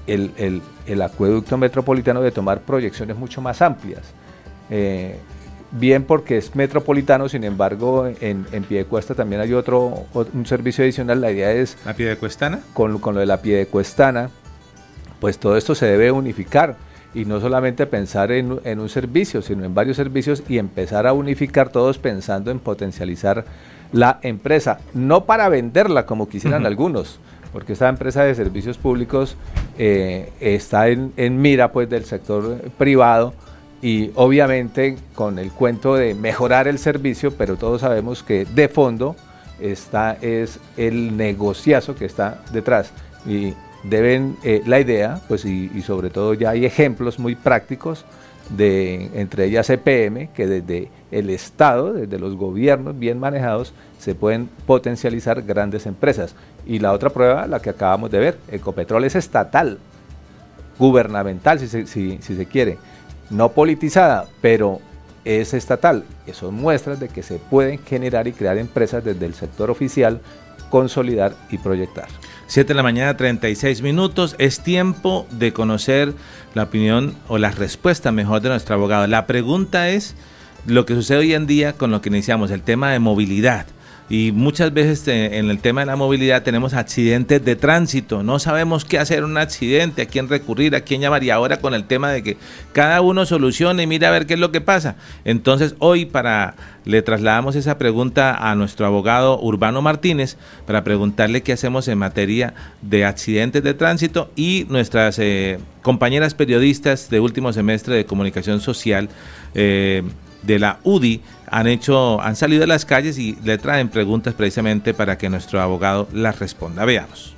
el, el, el acueducto metropolitano de tomar proyecciones mucho más amplias. Eh, bien porque es metropolitano, sin embargo, en, en Piedecuesta también hay otro, un servicio adicional. La idea es... ¿La Piedecuestana? Con, con lo de la Piedecuestana, pues todo esto se debe unificar y no solamente pensar en, en un servicio, sino en varios servicios y empezar a unificar todos pensando en potencializar la empresa, no para venderla como quisieran uh-huh. algunos, porque esta empresa de servicios públicos eh, está en, en mira pues del sector privado y obviamente con el cuento de mejorar el servicio, pero todos sabemos que de fondo está es el negociazo que está detrás y deben eh, la idea pues y, y sobre todo ya hay ejemplos muy prácticos de entre ellas E P M que desde el Estado, desde los gobiernos bien manejados se pueden potencializar grandes empresas. Y la otra prueba, la que acabamos de ver, Ecopetrol es estatal, gubernamental si se, si, si se quiere, no politizada, pero es estatal. Eso muestra de que se pueden generar y crear empresas desde el sector oficial, consolidar y proyectar. siete de la mañana, treinta y seis minutos. Es tiempo de conocer la opinión o la respuesta mejor de nuestro abogado. La pregunta es lo que sucede hoy en día con lo que iniciamos, el tema de movilidad. Y muchas veces en el tema de la movilidad tenemos accidentes de tránsito, no sabemos qué hacer en un accidente, a quién recurrir, a quién llamar, y ahora con el tema de que cada uno solucione y mira a ver qué es lo que pasa. Entonces hoy para le trasladamos esa pregunta a nuestro abogado Urbano Martínez para preguntarle qué hacemos en materia de accidentes de tránsito, y nuestras eh, compañeras periodistas de último semestre de comunicación social eh, de la U D I han hecho, han salido a las calles y le traen preguntas precisamente para que nuestro abogado las responda. Veamos.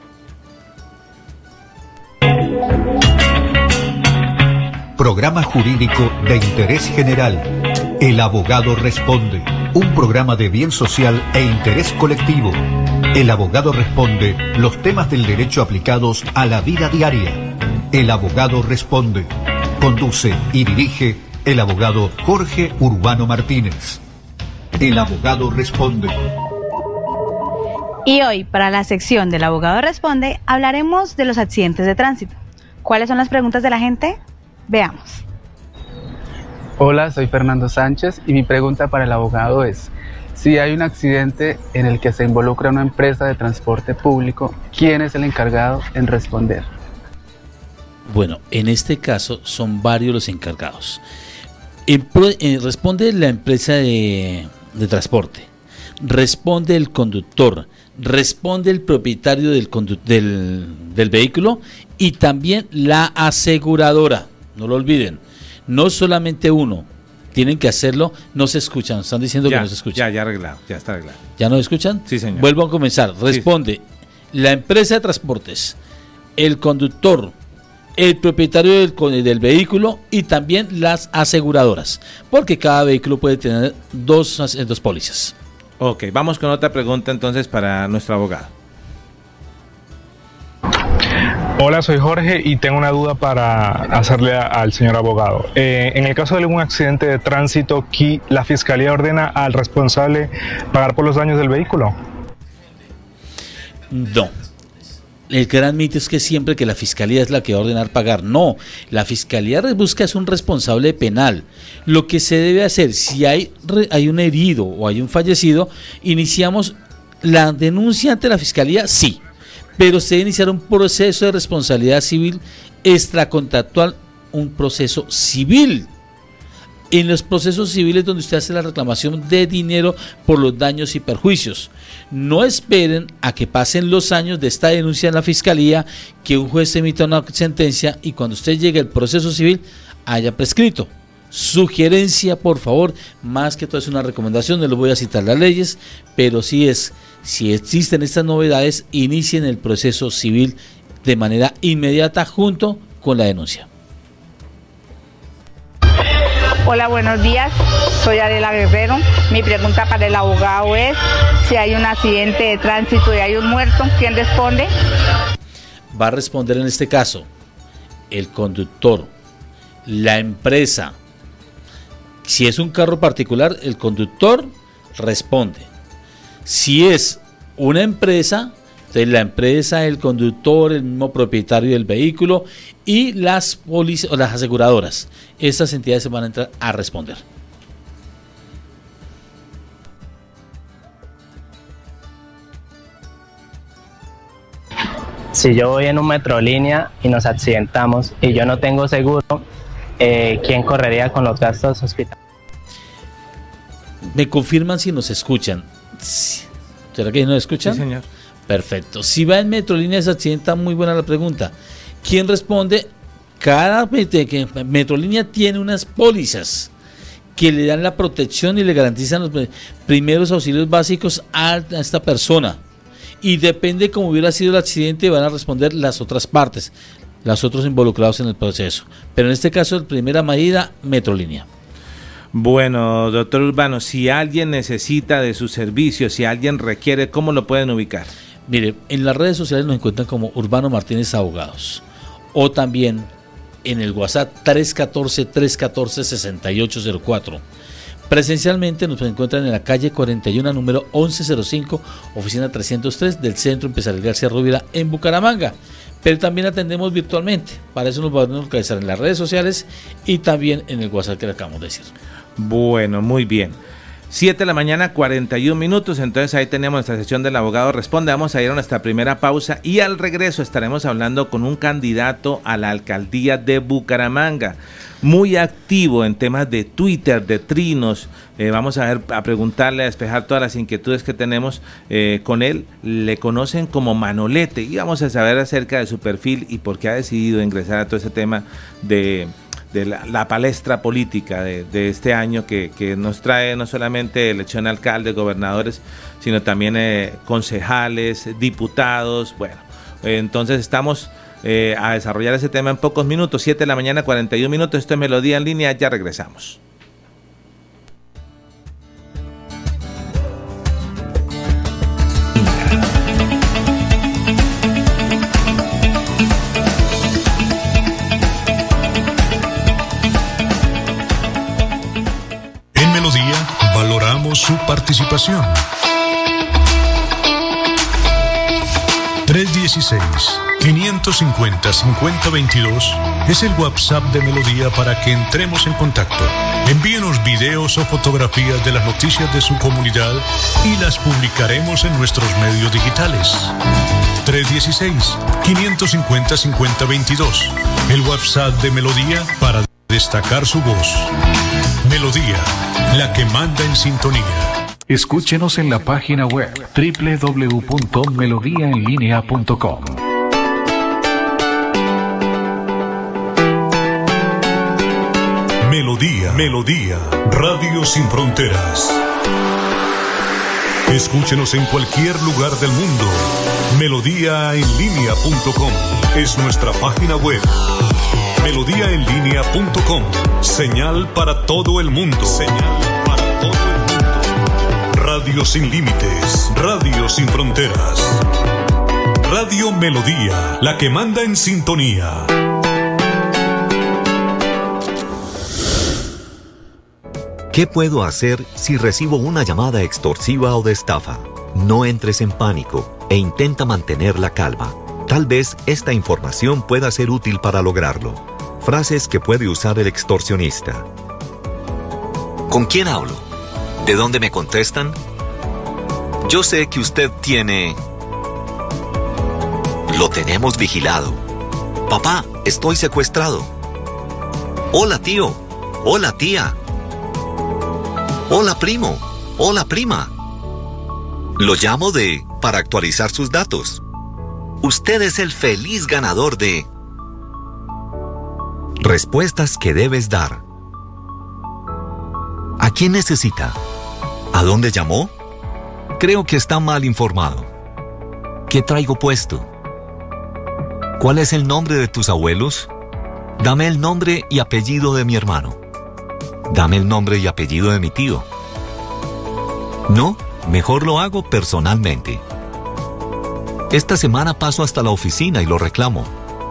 Programa jurídico de interés general. El abogado responde. Un programa de bien social e interés colectivo. El abogado responde los temas del derecho aplicados a la vida diaria. El abogado responde. Conduce y dirige el abogado Jorge Urbano Martínez. El abogado responde. Y hoy, para la sección del abogado responde, hablaremos de los accidentes de tránsito. ¿Cuáles son las preguntas de la gente? Veamos. Hola, soy Fernando Sánchez y mi pregunta para el abogado es: si hay un accidente en el que se involucra una empresa de transporte público, ¿quién es el encargado en responder? Bueno, en este caso son varios los encargados. En pro, eh, responde la empresa de, de transporte, responde el conductor, responde el propietario del, condu del, del vehículo y también la aseguradora. No lo olviden, no solamente uno, tienen que hacerlo. No se escuchan, están diciendo ya, que no se escuchan. Ya, ya arreglado, ya está arreglado. ¿Ya no escuchan? Sí, señor. Vuelvo a comenzar. Responde sí. La empresa de transportes, el conductor, el propietario del, del vehículo y también las aseguradoras, porque cada vehículo puede tener dos, dos pólizas. Ok, vamos con otra pregunta entonces para nuestro abogado. Hola, soy Jorge y tengo una duda para hacerle a, al señor abogado. Eh, en el caso de algún accidente de tránsito, ¿la fiscalía ordena al responsable pagar por los daños del vehículo? No. El gran mito es que siempre que la fiscalía es la que va a ordenar pagar. No, la fiscalía busca es un responsable penal. Lo que se debe hacer, si hay, hay un herido o hay un fallecido, iniciamos la denuncia ante la fiscalía, sí, pero se debe iniciar un proceso de responsabilidad civil extracontractual, un proceso civil. En los procesos civiles donde usted hace la reclamación de dinero por los daños y perjuicios. No esperen a que pasen los años de esta denuncia en la fiscalía, que un juez emita una sentencia y cuando usted llegue al proceso civil haya prescrito. Sugerencia, por favor, más que todo es una recomendación, no les voy a citar las leyes, pero sí es, si existen estas novedades, inicien el proceso civil de manera inmediata junto con la denuncia. Hola, buenos días, soy Adela Guerrero. Mi pregunta para el abogado es: si hay un accidente de tránsito y hay un muerto, ¿quién responde? Va a responder en este caso el conductor, la empresa. Si es un carro particular, el conductor responde. Si es una empresa, Entonces, la empresa, el conductor, el mismo propietario del vehículo y las polic- o las aseguradoras. Estas entidades se van a entrar a responder. Si yo voy en un Metrolínea y nos accidentamos y yo no tengo seguro, eh, ¿quién correría con los gastos hospitalarios? Me confirman si nos escuchan. ¿Será que nos escuchan? Sí, señor. Perfecto. Si va en Metrolínea y se accidenta, muy buena la pregunta. ¿Quién responde? Cada Metrolínea tiene unas pólizas que le dan la protección y le garantizan los primeros auxilios básicos a esta persona. Y depende cómo hubiera sido el accidente, van a responder las otras partes, los otros involucrados en el proceso. Pero en este caso, en primera medida, Metrolínea. Bueno, doctor Urbano, si alguien necesita de sus servicios, si alguien requiere, ¿cómo lo pueden ubicar? Mire, en las redes sociales nos encuentran como Urbano Martínez Abogados, o también en el WhatsApp tres uno cuatro, tres uno cuatro, seis ocho cero cuatro. Presencialmente nos encuentran en la calle cuarenta y uno, número once cero cinco, oficina trescientos tres del Centro Empresarial García Rovira en Bucaramanga. Pero también atendemos virtualmente. Para eso nos van a localizar en las redes sociales y también en el WhatsApp que le acabamos de decir. Bueno, muy bien. siete de la mañana, cuarenta y un minutos, entonces ahí tenemos nuestra sesión del abogado responde. Vamos a ir a nuestra primera pausa y al regreso estaremos hablando con un candidato a la alcaldía de Bucaramanga, muy activo en temas de Twitter, de trinos. Eh, vamos a ver, a preguntarle, a despejar todas las inquietudes que tenemos eh, con él. Le conocen como Manolete y vamos a saber acerca de su perfil y por qué ha decidido ingresar a todo ese tema de... de la, la palestra política de, de este año que, que nos trae no solamente elección de alcaldes, gobernadores, sino también eh, concejales, diputados. Bueno, eh, entonces estamos eh, a desarrollar ese tema en pocos minutos, siete de la mañana, cuarenta y un minutos. Esto es Melodía en Línea, ya regresamos. Valoramos su participación. tres uno seis, cinco cinco cero, cinco cero dos dos es el WhatsApp de Melodía para que entremos en contacto. Envíenos videos o fotografías de las noticias de su comunidad y las publicaremos en nuestros medios digitales. tres uno seis, cinco cinco cero, cinco cero dos dos, el WhatsApp de Melodía para destacar su voz. Melodía, la que manda en sintonía. Escúchenos en la página web doble u doble u doble u punto melodía en línea punto com. Melodía, Melodía, Radio Sin Fronteras. Escúchenos en cualquier lugar del mundo. melodía en línea punto com es nuestra página web. melodía en línea punto com, señal para todo el mundo. Señal para todo el mundo. Radio sin límites, radio sin fronteras. Radio Melodía, la que manda en sintonía. ¿Qué puedo hacer si recibo una llamada extorsiva o de estafa? No entres en pánico e intenta mantener la calma. Tal vez esta información pueda ser útil para lograrlo. Frases que puede usar el extorsionista. ¿Con quién hablo? ¿De dónde me contestan? Yo sé que usted tiene... Lo tenemos vigilado. Papá, estoy secuestrado. Hola, tío. Hola, tía. Hola, primo. Hola, prima. Lo llamo de... para actualizar sus datos. Usted es el feliz ganador de... Respuestas que debes dar. ¿A quién necesita? ¿A dónde llamó? Creo que está mal informado. ¿Qué traigo puesto? ¿Cuál es el nombre de tus abuelos? Dame el nombre y apellido de mi hermano. Dame el nombre y apellido de mi tío. No, mejor lo hago personalmente. Esta semana paso hasta la oficina y lo reclamo.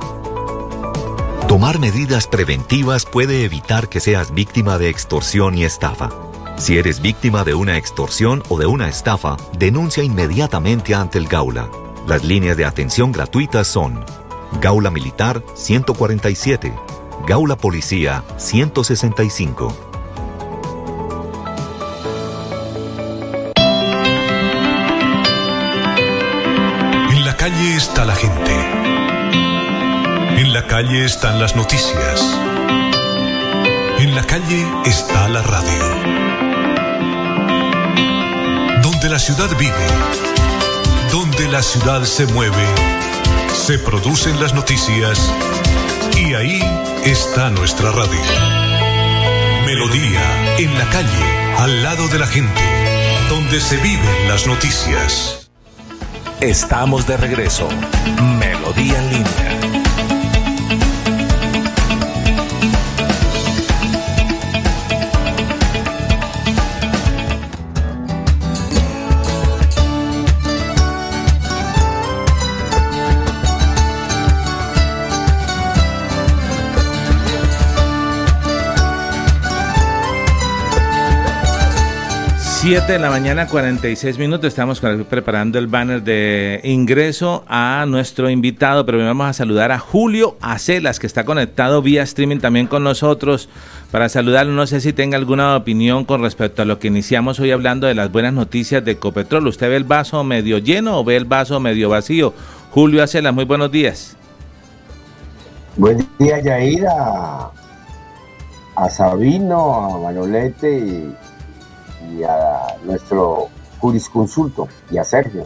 Tomar medidas preventivas puede evitar que seas víctima de extorsión y estafa. Si eres víctima de una extorsión o de una estafa, denuncia inmediatamente ante el Gaula. Las líneas de atención gratuitas son Gaula Militar ciento cuarenta y siete, Gaula Policía ciento sesenta y cinco. En la calle está la gente. En la calle están las noticias. En la calle está la radio. Donde la ciudad vive, donde la ciudad se mueve, se producen las noticias y ahí está nuestra radio. Melodía, en la calle, al lado de la gente, donde se viven las noticias. Estamos de regreso. Melodía en línea. siete de la mañana, cuarenta y seis minutos. Estamos preparando el banner de ingreso a nuestro invitado, pero vamos a saludar a Julio Acelas, que está conectado vía streaming también con nosotros. Para saludarlo, no sé si tenga alguna opinión con respecto a lo que iniciamos hoy hablando de las buenas noticias de Ecopetrol. ¿Usted ve el vaso medio lleno o ve el vaso medio vacío? Julio Acelas, muy buenos días. Buen día, Yair, a, a Sabino, a Manolete y... y a nuestro jurisconsulto y a Sergio.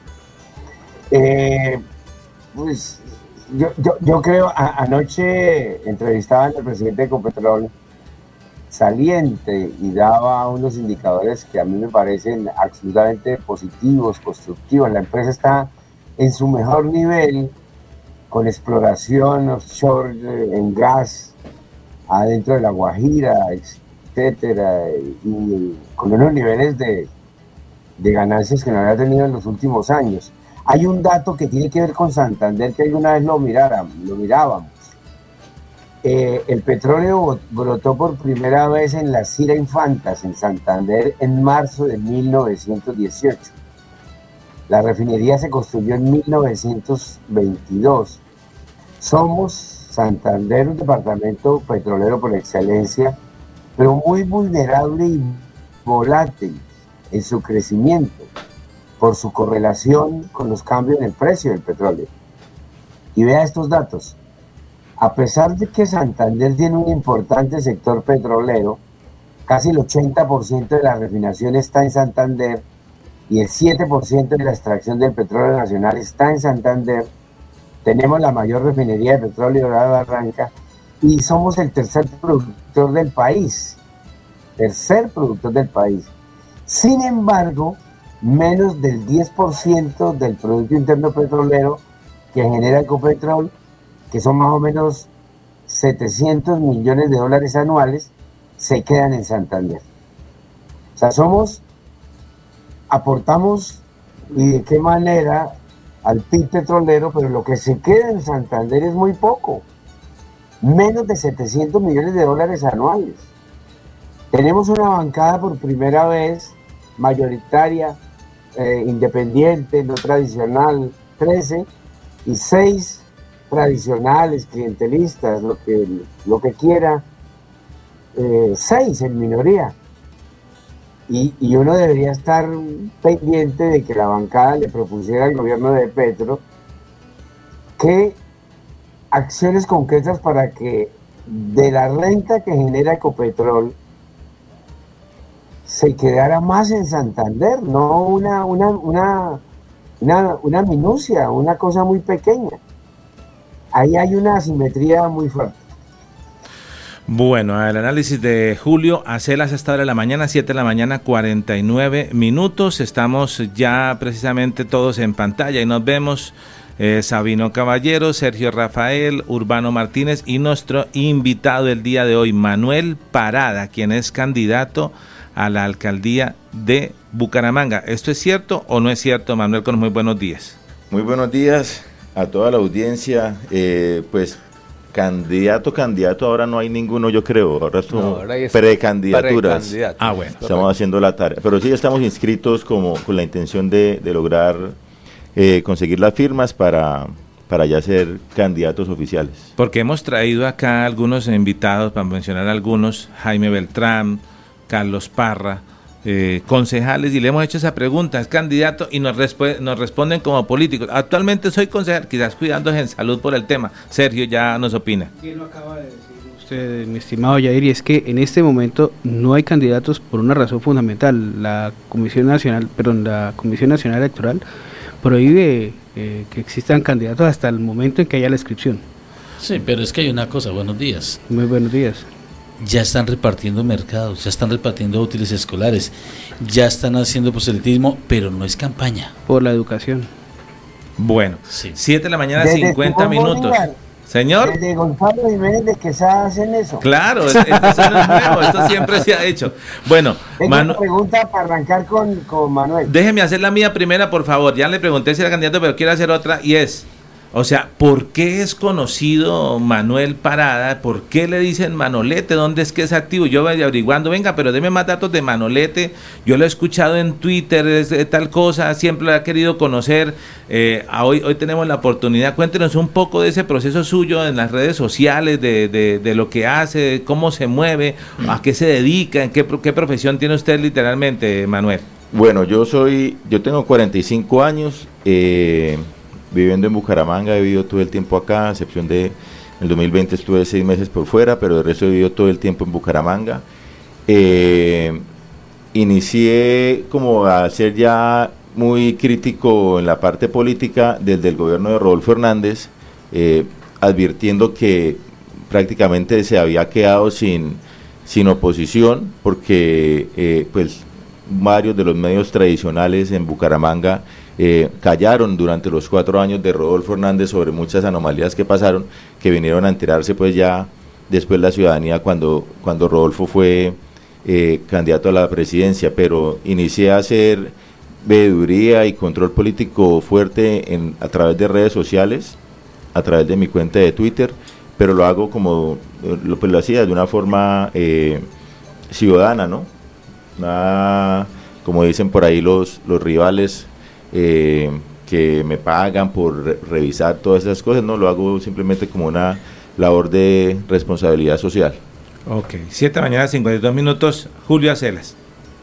Eh, pues yo, yo, yo creo, a, anoche entrevistaban al presidente de Ecopetrol saliente y daba unos indicadores que a mí me parecen absolutamente positivos, constructivos. La empresa está en su mejor nivel con exploración offshore en gas adentro de La Guajira, etcétera, y con unos niveles de, de ganancias que no había tenido en los últimos años. Hay un dato que tiene que ver con Santander, que alguna vez lo, mirara, lo mirábamos. Eh, el petróleo brotó por primera vez en la Cira Infantas, en Santander, en marzo de mil novecientos dieciocho. La refinería se construyó en mil novecientos veintidós. Somos, Santander, un departamento petrolero por excelencia, pero muy vulnerable y volátil en su crecimiento por su correlación con los cambios en el precio del petróleo. Y vea estos datos. A pesar de que Santander tiene un importante sector petrolero, casi el ochenta por ciento de la refinación está en Santander y el siete por ciento de la extracción del petróleo nacional está en Santander. Tenemos la mayor refinería de petróleo de Barranca y somos el tercer productor del país, tercer productor del país. Sin embargo, menos del diez por ciento del Producto Interno Petrolero que genera Ecopetrol, que son más o menos setecientos millones de dólares anuales, se quedan en Santander. O sea, somos, aportamos y de qué manera al P I B petrolero, pero lo que se queda en Santander es muy poco. Menos de setecientos millones de dólares anuales. Tenemos una bancada por primera vez, mayoritaria, eh, independiente, no tradicional, trece, y seis tradicionales, clientelistas, lo que, lo que quiera, eh, seis en minoría. Y, y uno debería estar pendiente de que la bancada le propusiera al gobierno de Petro que acciones concretas para que de la renta que genera Ecopetrol se quedara más en Santander, no una, una, una, una, una minucia, una cosa muy pequeña. Ahí hay una asimetría muy fuerte. Bueno, el análisis de Julio Acelas hasta ahora de la mañana, siete de la mañana, cuarenta y nueve minutos. Estamos ya precisamente todos en pantalla y nos vemos. Eh, Sabino Caballero, Sergio Rafael, Urbano Martínez y nuestro invitado del día de hoy, Manuel Parada, quien es candidato a la alcaldía de Bucaramanga. ¿Esto es cierto o no es cierto, Manuel? Con muy buenos días. Muy buenos días a toda la audiencia. Eh, pues candidato, candidato, ahora no hay ninguno, yo creo. Ahora son no, precandidaturas. Precandidato. Ah, bueno. Estamos haciendo la tarea. Pero sí estamos inscritos como con la intención de, de lograr eh, conseguir las firmas para, para ya ser candidatos oficiales. Porque hemos traído acá algunos invitados, para mencionar algunos, Jaime Beltrán, Carlos Parra, eh, concejales, y le hemos hecho esa pregunta, ¿es candidato? Y nos, resp- nos responden como políticos. Actualmente soy concejal, quizás cuidándose en salud por el tema. Sergio ya nos opina. ¿Quién lo acaba de decir usted, mi estimado Yair? Y es que en este momento no hay candidatos por una razón fundamental. La Comisión Nacional, perdón, la Comisión Nacional Electoral prohíbe eh, que existan candidatos hasta el momento en que haya la inscripción. Sí, pero es que hay una cosa, buenos días. Muy buenos días. Ya están repartiendo mercados, ya están repartiendo útiles escolares, ya están haciendo proselitismo, pero no es campaña. Por la educación. Bueno, sí. siete de la mañana, Desde cincuenta minutos. Bolívar, Señor. Desde Gonzalo Jiménez de Quesada hacen eso. Claro, eso no es nuevo, esto siempre se ha hecho. Bueno, Tengo Manu- una pregunta para arrancar con, con Manuel. déjeme hacer la mía primera, por favor. Ya le pregunté si era candidato, pero quiero hacer otra, y es, o sea, ¿por qué es conocido Manuel Parada? ¿Por qué le dicen Manolete? ¿Dónde es que es activo? Yo voy averiguando, venga, pero deme más datos de Manolete. Yo lo he escuchado en Twitter, es de tal cosa, siempre lo he querido conocer. Eh, a hoy, hoy tenemos la oportunidad. Cuéntenos un poco de ese proceso suyo en las redes sociales, de, de, de lo que hace, de cómo se mueve, a qué se dedica, en qué, qué profesión tiene usted literalmente, Manuel. Bueno, yo soy, yo tengo cuarenta y cinco años, eh, viviendo en Bucaramanga, he vivido todo el tiempo acá, a excepción de el dos mil veinte estuve seis meses por fuera, pero de resto he vivido todo el tiempo en Bucaramanga. Eh, inicié como a ser ya muy crítico en la parte política desde el gobierno de Rodolfo Hernández, eh, advirtiendo que prácticamente se había quedado sin, sin oposición, porque eh, pues varios de los medios tradicionales en Bucaramanga eh, callaron durante los cuatro años de Rodolfo Hernández sobre muchas anomalías que pasaron, que vinieron a enterarse pues ya después la ciudadanía cuando, cuando Rodolfo fue eh, candidato a la presidencia. Pero inicié a hacer veeduría y control político fuerte en, a través de redes sociales, a través de mi cuenta de Twitter, pero lo hago como, lo, pues lo hacía de una forma eh, ciudadana, ¿no? Nada, como dicen por ahí los, los rivales eh, que me pagan por re revisar todas esas cosas, no, lo hago simplemente como una labor de responsabilidad social. Ok, siete de la mañana, cincuenta y dos minutos, Julio Acelas.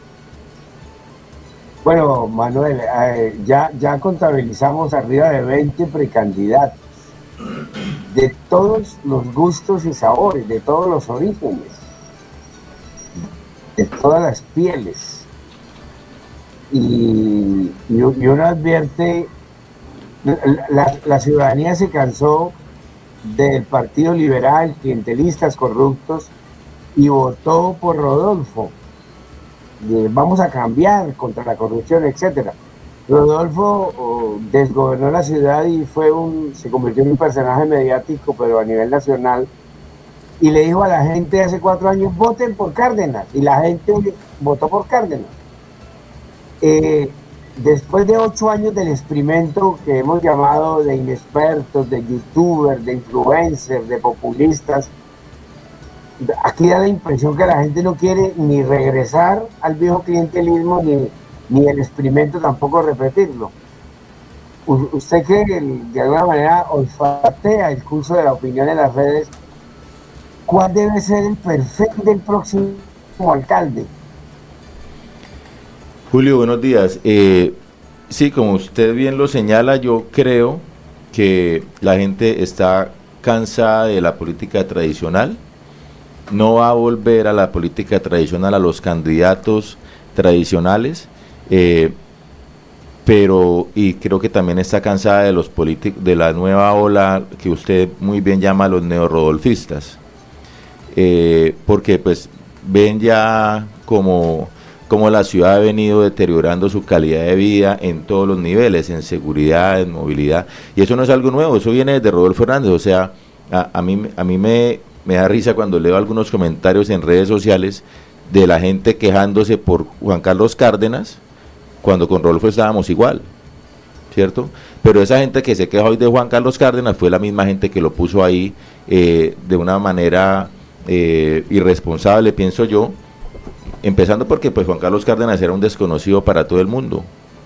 Bueno, Manuel, eh, ya, ya contabilizamos arriba de veinte precandidatos, de todos los gustos y sabores, de todos los orígenes, de todas las pieles. Y, y, y uno advierte, la, la ciudadanía se cansó del Partido Liberal, clientelistas corruptos, y votó por Rodolfo. De, vamos a cambiar contra la corrupción, etcétera. Rodolfo oh, desgobernó la ciudad y fue un, se convirtió en un personaje mediático, pero a nivel nacional, y le dijo a la gente hace cuatro años, voten por Cárdenas, y la gente votó por Cárdenas. Eh, después de ocho años del experimento que hemos llamado de inexpertos, de youtubers, de influencers, de populistas, aquí da la impresión que la gente no quiere ni regresar al viejo clientelismo, ni, ni el experimento tampoco repetirlo. U usted que de alguna manera olfatea el curso de la opinión en las redes, ¿cuál debe ser el perfil del próximo alcalde? Julio, buenos días. Eh, sí, como usted bien lo señala, yo creo que la gente está cansada de la política tradicional. No va a volver a la política tradicional, a los candidatos tradicionales, eh, pero y creo que también está cansada de los políticos, de la nueva ola que usted muy bien llama los neorrodolfistas, eh, porque pues ven ya como, como la ciudad ha venido deteriorando su calidad de vida en todos los niveles, en seguridad, en movilidad, y eso no es algo nuevo, eso viene de Rodolfo Hernández. O sea, a, a mí, a mí me... Me da risa cuando leo algunos comentarios en redes sociales de la gente quejándose por Juan Carlos Cárdenas, cuando con Rodolfo estábamos igual, ¿cierto? Pero esa gente que se queja hoy de Juan Carlos Cárdenas fue la misma gente que lo puso ahí eh, de una manera eh, irresponsable, pienso yo, empezando porque pues Juan Carlos Cárdenas era un desconocido para todo el mundo,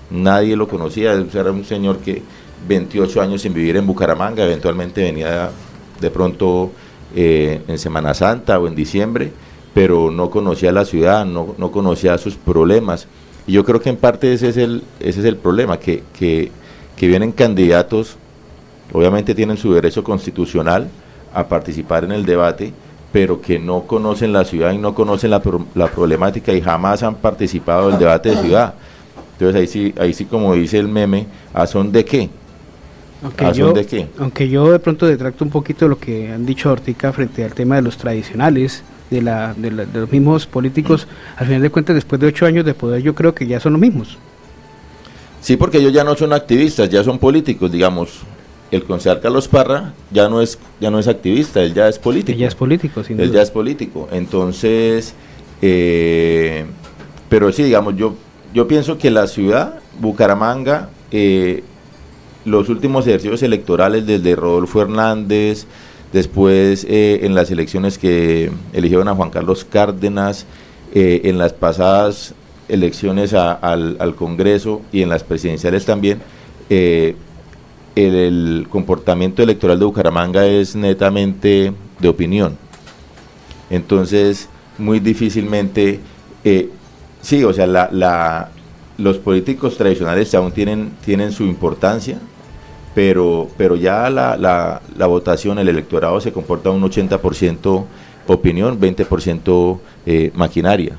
nadie lo conocía, era un señor que veintiocho años sin vivir en Bucaramanga, eventualmente venía de pronto eh, en Semana Santa o en diciembre, pero no conocía la ciudad, no, no conocía sus problemas. Y yo creo que en parte ese es el, ese es el problema, que, que, que vienen candidatos, obviamente tienen su derecho constitucional a participar en el debate, pero que no conocen la ciudad y no conocen la, la problemática y jamás han participado del debate de ciudad. Entonces ahí sí, ahí sí como dice el meme, ¿a son de qué? Aunque ¿A yo, son de qué? aunque yo de pronto detracto un poquito de lo que han dicho Ortica frente al tema de los tradicionales, de, la, de, la, de los mismos políticos, al final de cuentas, después de ocho años de poder, yo creo que ya son los mismos. Sí, porque ellos ya no son activistas, ya son políticos, digamos. El concejal Carlos Parra ya no es ya no es activista, él ya es político. Él ya es político, sin Él duda. ya es político. Entonces, eh, pero sí, digamos, yo yo pienso que la ciudad, Bucaramanga, eh, los últimos ejercicios electorales desde Rodolfo Hernández, después eh, en las elecciones que eligieron a Juan Carlos Cárdenas, eh, en las pasadas elecciones a, al, al Congreso y en las presidenciales también, eh, el, el comportamiento electoral de Bucaramanga es netamente de opinión. Entonces, muy difícilmente, eh, sí, o sea, la, la, los políticos tradicionales aún tienen, tienen su importancia, pero, pero ya la, la, la votación, el electorado se comporta un ochenta por ciento opinión, veinte por ciento eh, maquinaria.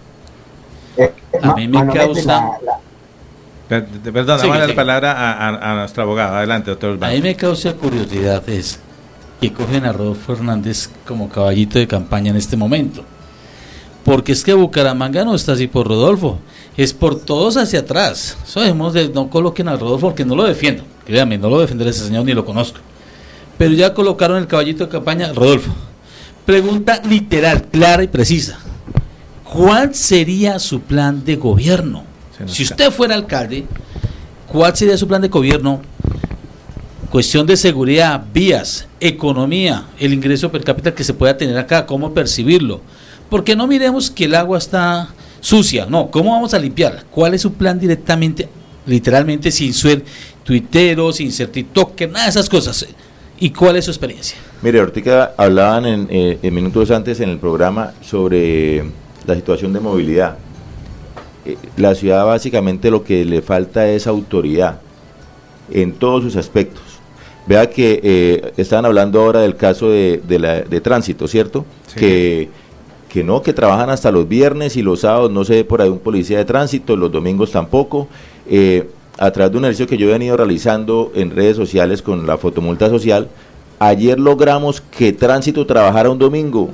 Eh, A mí me causa... La, la, Per- Perdón, Sigue, damos la sigue. palabra a, a, a nuestro abogado. Adelante, doctor A Urbano. mí me causa curiosidad es que cogen a Rodolfo Hernández como caballito de campaña en este momento. Porque es que Bucaramanga no está así por Rodolfo, es por todos hacia atrás. Eso dejemos de, no coloquen a Rodolfo porque no lo defiendo. Créanme, no lo defenderé a ese señor ni lo conozco. Pero ya colocaron el caballito de campaña, Rodolfo. Pregunta literal, clara y precisa. ¿Cuál sería su plan de gobierno? Si usted fuera alcalde, ¿cuál sería su plan de gobierno? Cuestión de seguridad, vías, economía, el ingreso per cápita que se pueda tener acá, cómo percibirlo. Porque no miremos que el agua está sucia, no, ¿cómo vamos a limpiarla? ¿Cuál es su plan directamente, literalmente, sin ser tuitero, sin ser tiktoker, nada de esas cosas? ¿Y cuál es su experiencia? Mire, Ortica, hablaban en, eh, en minutos antes en el programa sobre la situación de movilidad. Eh, la ciudad básicamente lo que le falta es autoridad en todos sus aspectos. Vea que eh, estaban hablando ahora del caso de, de, la, de tránsito, ¿cierto? Sí. Que, que no, que trabajan hasta los viernes y los sábados no se ve por ahí un policía de tránsito, los domingos tampoco. Eh, a través de un ejercicio que yo he venido realizando en redes sociales con la fotomulta social, ayer logramos que tránsito trabajara un domingo.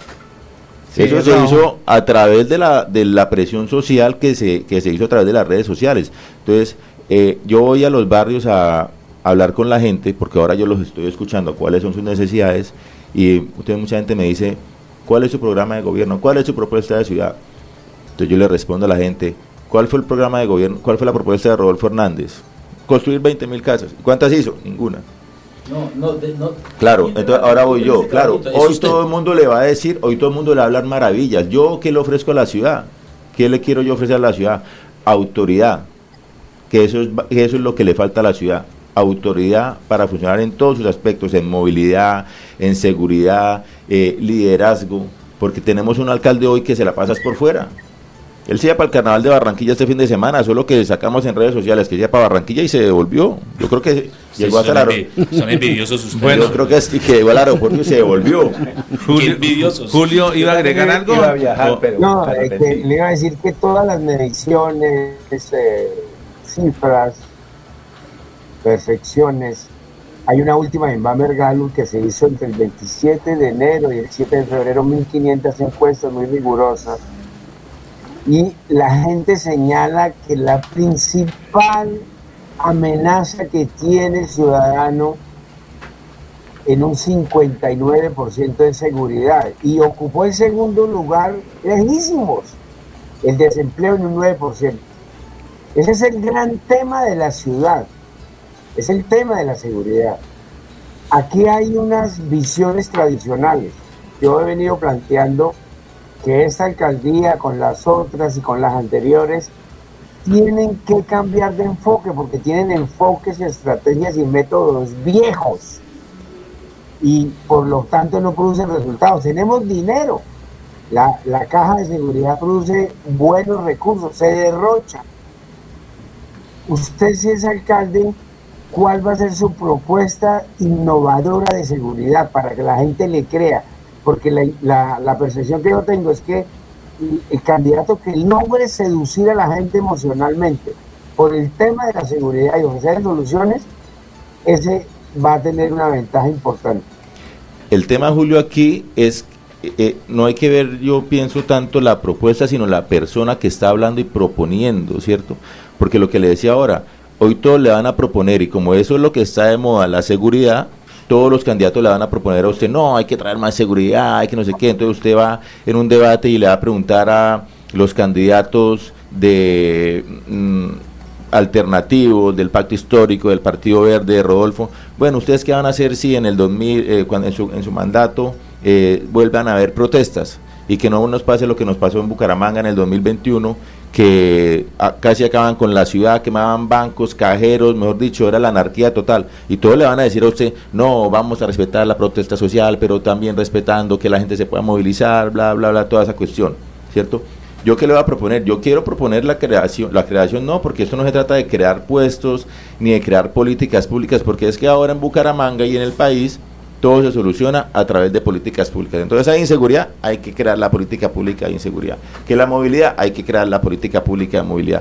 Sí, Eso se no. hizo a través de la, de la presión social que se, que se hizo a través de las redes sociales. Entonces, eh, yo voy a los barrios a hablar con la gente, porque ahora yo los estoy escuchando, cuáles son sus necesidades, y usted, mucha gente me dice, ¿cuál es su programa de gobierno? ¿Cuál es su propuesta de ciudad? Entonces yo le respondo a la gente, ¿cuál fue el programa de gobierno? ¿Cuál fue la propuesta de Rodolfo Hernández? Construir veinte mil casas. ¿Cuántas hizo? Ninguna. No, no, de, no. Claro, entonces ahora voy yo, claro, Es hoy usted. todo el mundo le va a decir, hoy todo el mundo le va a hablar maravillas. ¿Yo qué le ofrezco a la ciudad? ¿Qué le quiero yo ofrecer a la ciudad? Autoridad, que eso es, que eso es lo que le falta a la ciudad. Autoridad para funcionar en todos sus aspectos, en movilidad, en seguridad, eh, liderazgo, porque tenemos un alcalde hoy que se la pasas por fuera. Él se iba para el carnaval de Barranquilla este fin de semana, solo que sacamos en redes sociales que se iba para Barranquilla y se devolvió. Yo creo que Sí, llegó hasta el son, aeropuerto. envi- son envidiosos ustedes. Bueno, yo creo que, sí, que llegó al aeropuerto y se devolvió. Qué envidiosos. Julio, ¿iba a agregar algo? Iba a viajar, O- pero No, me eh, que arrepentí. le iba a decir que todas las mediciones, eh, cifras, perfecciones, hay una última en Bamer Gallup que se hizo entre el veintisiete de enero y el siete de febrero, mil quinientas encuestas muy rigurosas, y la gente señala que la principal amenaza que tiene el ciudadano en un cincuenta y nueve por ciento de seguridad, y ocupó el segundo lugar lejísimos, el desempleo en un nueve por ciento. Ese es el gran tema de la ciudad, es el tema de la seguridad. Aquí hay unas visiones tradicionales. Yo he venido planteando que esta alcaldía con las otras y con las anteriores tienen que cambiar de enfoque porque tienen enfoques, estrategias y métodos viejos y por lo tanto no producen resultados. Tenemos dinero, la, la caja de seguridad produce buenos recursos, se derrocha. Usted, si es alcalde, ¿cuál va a ser su propuesta innovadora de seguridad para que la gente le crea? Porque la, la, la percepción que yo tengo es que el, el candidato que logra seducir a la gente emocionalmente por el tema de la seguridad y ofrecer soluciones, ese va a tener una ventaja importante. El tema, Julio, aquí es, eh, no hay que ver, yo pienso, tanto la propuesta, sino la persona que está hablando y proponiendo, ¿cierto? Porque lo que le decía ahora, hoy todos le van a proponer, y como eso es lo que está de moda, la seguridad, todos los candidatos le van a proponer a usted, no, hay que traer más seguridad, hay que no sé qué, entonces usted va en un debate y le va a preguntar a los candidatos de mmm, alternativos, del Pacto Histórico, del Partido Verde, de Rodolfo, bueno, ¿ustedes qué van a hacer si en el dos mil, eh, cuando en su, en su mandato eh, vuelvan a haber protestas? Y que no nos pase lo que nos pasó en Bucaramanga en el dos mil veintiuno, que a, casi acaban con la ciudad, quemaban bancos, cajeros, mejor dicho, era la anarquía total, y todos le van a decir a usted, no, vamos a respetar la protesta social, pero también respetando que la gente se pueda movilizar, bla, bla, bla, toda esa cuestión, ¿cierto? ¿Yo qué le voy a proponer? Yo quiero proponer la creación, la creación no, porque esto no se trata de crear puestos, ni de crear políticas públicas, porque es que ahora en Bucaramanga y en el país, todo se soluciona a través de políticas públicas. Entonces hay inseguridad, hay que crear la política pública de inseguridad. Que la movilidad, hay que crear la política pública de movilidad.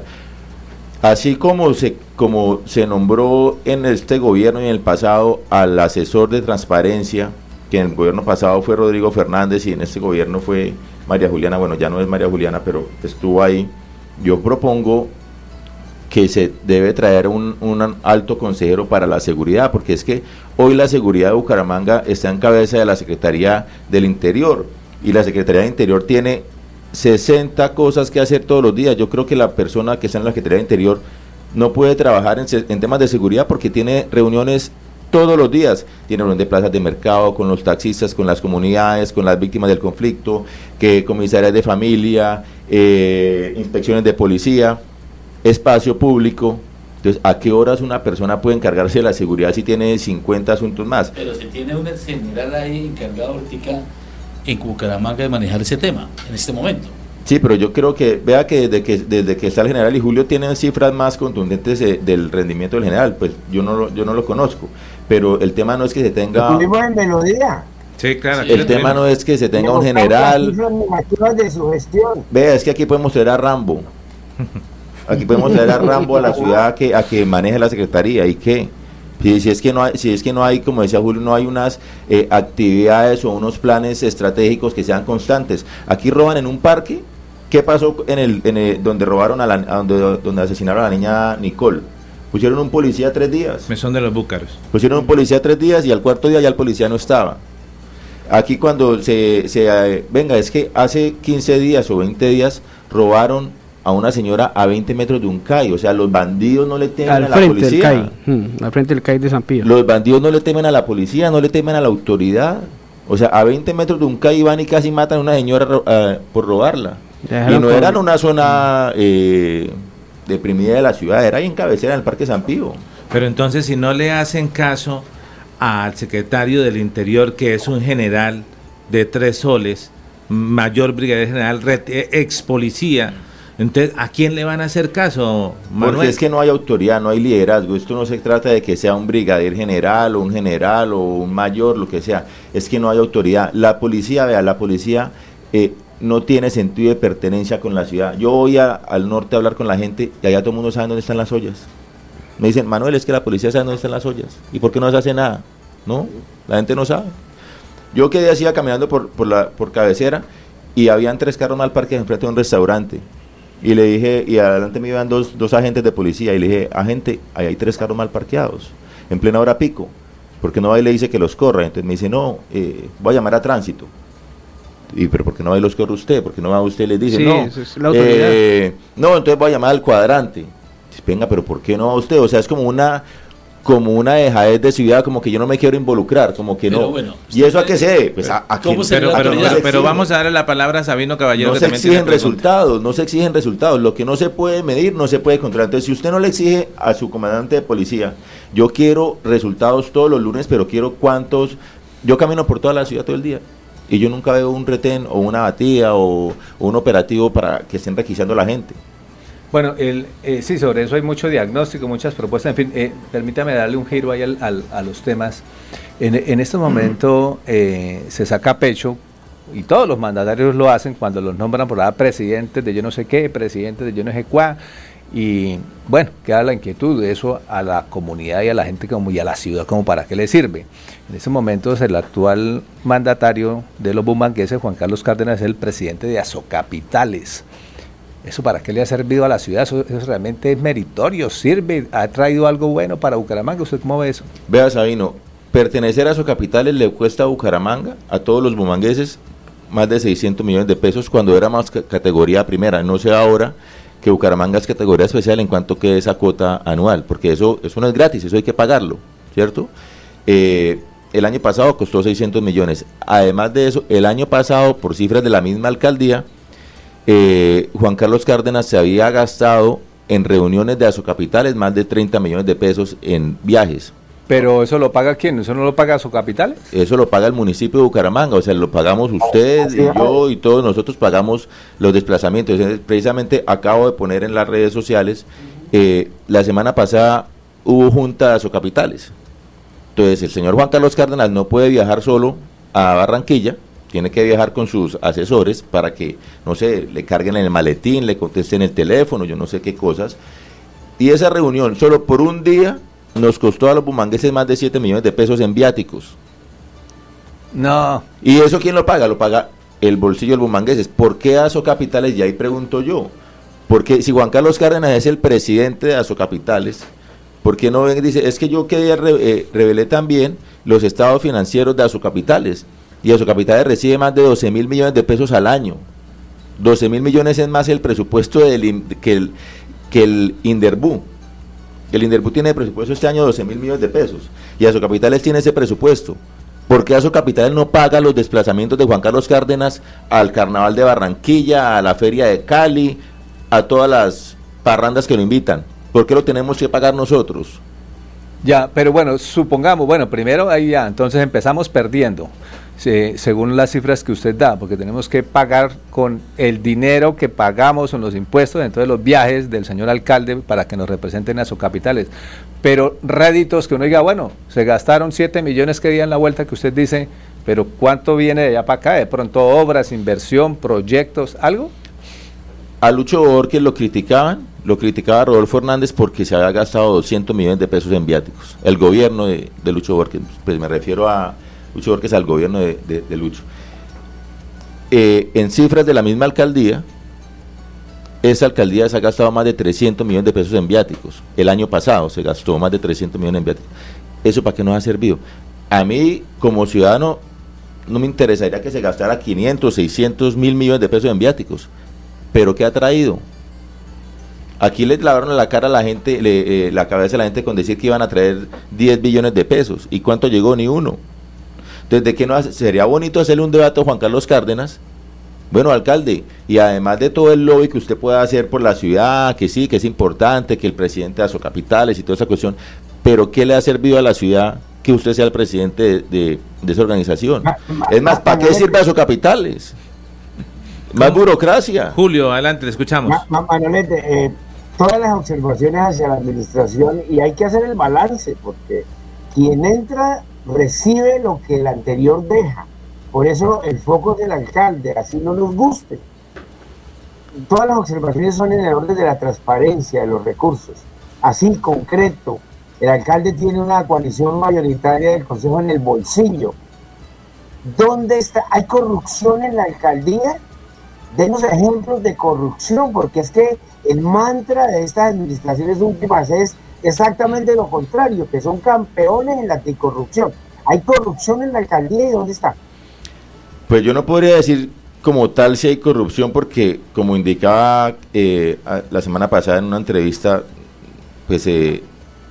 Así como se, como se nombró en este gobierno y en el pasado al asesor de transparencia, que en el gobierno pasado fue Rodrigo Fernández y en este gobierno fue María Juliana, bueno, ya no es María Juliana, pero estuvo ahí, yo propongo que se debe traer un, un alto consejero para la seguridad, porque es que hoy la seguridad de Bucaramanga está en cabeza de la Secretaría del Interior, y la Secretaría del Interior tiene sesenta cosas que hacer todos los días. Yo creo que la persona que está en la Secretaría del Interior no puede trabajar en, en temas de seguridad porque tiene reuniones todos los días, tiene reunión de plazas de mercado, con los taxistas, con las comunidades, con las víctimas del conflicto, que comisarias de familia, eh, inspecciones de policía, espacio público. Entonces, ¿a qué horas una persona puede encargarse de la seguridad si tiene cincuenta asuntos más? Pero se tiene un ex general ahí encargado ahorita en Bucaramanga de manejar ese tema, en este momento. Sí, pero yo creo que, vea que desde que desde que está el general y Julio tienen cifras más contundentes de, del rendimiento del general, pues yo no lo, yo no lo conozco, pero el tema no es que se tenga... Lo tuvimos en Melodía. Sí, claro. Sí, el tema tuvimos. No es que se tenga un general... De su gestión. Vea, es que aquí podemos traer a Rambo. Aquí podemos traer a Rambo a la ciudad a que, a que maneje la secretaría, ¿y qué? Si, si, es que no hay, si es que no hay, como decía Julio, no hay unas eh, actividades o unos planes estratégicos que sean constantes. Aquí roban en un parque. ¿Qué pasó en el, en el donde robaron a la, a donde, donde asesinaron a la niña Nicole? Pusieron un policía tres días. Me son de los búcaros. Pusieron un policía tres días y al cuarto día ya el policía no estaba. Aquí cuando se, se eh, venga, es que hace quince días o veinte días robaron a una señora a veinte metros de un C A I, o sea, los bandidos no le temen al a la policía. Del C A I. Hmm, al frente del C A I de San Pío. Los bandidos no le temen a la policía, no le temen a la autoridad. O sea, a veinte metros de un C A I van y casi matan a una señora uh, por robarla. Y no era en una zona eh, deprimida de la ciudad, era ahí en cabecera, en el Parque San Pío. Pero entonces, si no le hacen caso al secretario del Interior, que es un general de tres soles, mayor brigadier general, ex policía, entonces, ¿a quién le van a hacer caso, Manuel? Porque es que no hay autoridad, no hay liderazgo. Esto no se trata de que sea un brigadier general o un general o un mayor, lo que sea. Es que no hay autoridad. La policía, vea, la policía eh, no tiene sentido de pertenencia con la ciudad. Yo voy a, al norte a hablar con la gente y allá todo el mundo sabe dónde están las ollas. Me dicen, Manuel, es que la policía sabe dónde están las ollas. ¿Y por qué no se hace nada? No, la gente no sabe. Yo quedé así caminando por, por, la, por cabecera y habían tres carros mal parqueados enfrente de un restaurante. Y le dije, y adelante me iban dos, dos agentes de policía, y le dije, agente, ahí hay tres carros mal parqueados, en plena hora pico, ¿por qué no va y le dice que los corra? Entonces me dice, no, eh, voy a llamar a tránsito. Y, pero ¿por qué no va y los corre usted? ¿Por qué no va usted y les dice, sí, no? Es la autoridad. Eh, no, entonces voy a llamar al cuadrante. Dice, venga, pero ¿por qué no va usted? O sea, es como una, como una dejadez de ciudad, como que yo no me quiero involucrar, como que Pero no. bueno, ¿Y eso a qué se debe? Pues a, a ¿Cómo que, se pero, a que pero, no pero, se pero exige. vamos a darle la palabra a Sabino Caballero. No que se también tiene exigen pregunta. resultados, no se exigen resultados. Lo que no se puede medir, no se puede controlar. Entonces, si usted no le exige a su comandante de policía, yo quiero resultados todos los lunes, pero quiero cuántos. Yo camino por toda la ciudad todo el día y yo nunca veo un retén o una batida o, o un operativo para que estén requisando a la gente. Bueno, el, eh, sí, sobre eso hay mucho diagnóstico, muchas propuestas. En fin, eh, permítame darle un giro ahí al, al, a los temas. En, en este momento eh, se saca pecho, y todos los mandatarios lo hacen cuando los nombran por ahí presidentes de yo no sé qué, presidentes de yo no sé cuá, y bueno, queda la inquietud de eso a la comunidad y a la gente como, y a la ciudad, como para qué le sirve. En este momento el actual mandatario de los bumangueses, Juan Carlos Cárdenas, es el presidente de Azocapitales. ¿Eso para qué le ha servido a la ciudad? Eso, eso realmente es meritorio, sirve, ha traído algo bueno para Bucaramanga. ¿Usted cómo ve eso? Vea, Sabino, pertenecer a Azocapitales le cuesta a Bucaramanga, a todos los bumangueses, más de seiscientos millones de pesos cuando era más categoría primera. No sé ahora que Bucaramanga es categoría especial en cuanto que esa cuota anual, porque eso, eso no es gratis, eso hay que pagarlo, ¿cierto? Eh, el año pasado costó seiscientos millones. Además de eso, el año pasado, por cifras de la misma alcaldía, Eh, Juan Carlos Cárdenas se había gastado en reuniones de Azocapitales más de treinta millones de pesos en viajes. ¿Pero eso lo paga quién? ¿Eso no lo paga Azocapitales? Eso lo paga el municipio de Bucaramanga, o sea, lo pagamos usted y yo y todos nosotros pagamos los desplazamientos. Entonces, precisamente acabo de poner en las redes sociales, eh, la semana pasada hubo junta de Azocapitales. Entonces, el señor Juan Carlos Cárdenas no puede viajar solo a Barranquilla, tiene que viajar con sus asesores para que, no sé, le carguen en el maletín, le contesten el teléfono, yo no sé qué cosas. Y esa reunión, solo por un día, nos costó a los bumangueses más de siete millones de pesos en viáticos. No. ¿Y eso quién lo paga? Lo paga el bolsillo de los bumangueses. ¿Por qué Azocapitales? Y ahí pregunto yo. Porque si Juan Carlos Cárdenas es el presidente de Azocapitales, ¿por qué no ven y dice, es que yo que re, eh, revelé también los estados financieros de Azocapitales? Y Azocapitales recibe más de doce mil millones de pesos al año. doce mil millones es más el presupuesto del, que, el, que el Inderbú. El Inderbú tiene de presupuesto este año doce mil millones de pesos. Y Azocapitales tiene ese presupuesto. ¿Por qué Azocapitales no paga los desplazamientos de Juan Carlos Cárdenas al Carnaval de Barranquilla, a la Feria de Cali, a todas las parrandas que lo invitan? ¿Por qué lo tenemos que pagar nosotros? Ya, pero bueno, supongamos, bueno, primero ahí ya, entonces empezamos perdiendo. Sí, según las cifras que usted da, porque tenemos que pagar con el dinero que pagamos en los impuestos, entonces los viajes del señor alcalde para que nos representen a Azocapitales. Pero réditos que uno diga, bueno, se gastaron siete millones que día en la vuelta que usted dice, pero ¿cuánto viene de allá para acá? De pronto obras, inversión, proyectos, ¿algo? A Lucho Borges lo criticaban, lo criticaba Rodolfo Hernández porque se había gastado doscientos millones de pesos en viáticos. El gobierno de, de Lucho Borges, pues me refiero a Lucho Borges, al gobierno de, de, de Lucho. Eh, en cifras de la misma alcaldía, esa alcaldía se ha gastado más de trescientos millones de pesos en viáticos. El año pasado se gastó más de trescientos millones en viáticos. ¿Eso para qué nos ha servido? A mí, como ciudadano, no me interesaría que se gastara quinientos, seiscientos, mil millones de pesos en viáticos. ¿Pero qué ha traído? Aquí le lavaron la cara a la gente, le, eh, la cabeza a la gente con decir que iban a traer diez billones de pesos. ¿Y cuánto llegó? Ni uno. Entonces, ¿de qué no hace? Sería bonito hacerle un debate a Juan Carlos Cárdenas. Bueno, alcalde, y además de todo el lobby que usted pueda hacer por la ciudad, que sí, que es importante, que el presidente de Azocapitales y toda esa cuestión, pero ¿qué le ha servido a la ciudad que usted sea el presidente de, de, de esa organización? Ma, ma, es más, ¿para qué sirve Azocapitales? Más burocracia. Julio, adelante, le escuchamos. Ma, ma, Manolete, eh, todas las observaciones hacia la administración, y hay que hacer el balance, porque quien entra recibe lo que el anterior deja. Por eso el foco del alcalde, así no nos guste. Todas las observaciones son en el orden de la transparencia de los recursos. Así, concreto, el alcalde tiene una coalición mayoritaria del consejo en el bolsillo. ¿Dónde está? ¿Hay corrupción en la alcaldía? Denos ejemplos de corrupción, porque es que el mantra de estas administraciones últimas es exactamente lo contrario, que son campeones en la anticorrupción. ¿Hay corrupción en la alcaldía y dónde está? Pues yo no podría decir como tal si hay corrupción, porque como indicaba eh, la semana pasada en una entrevista, pues eh,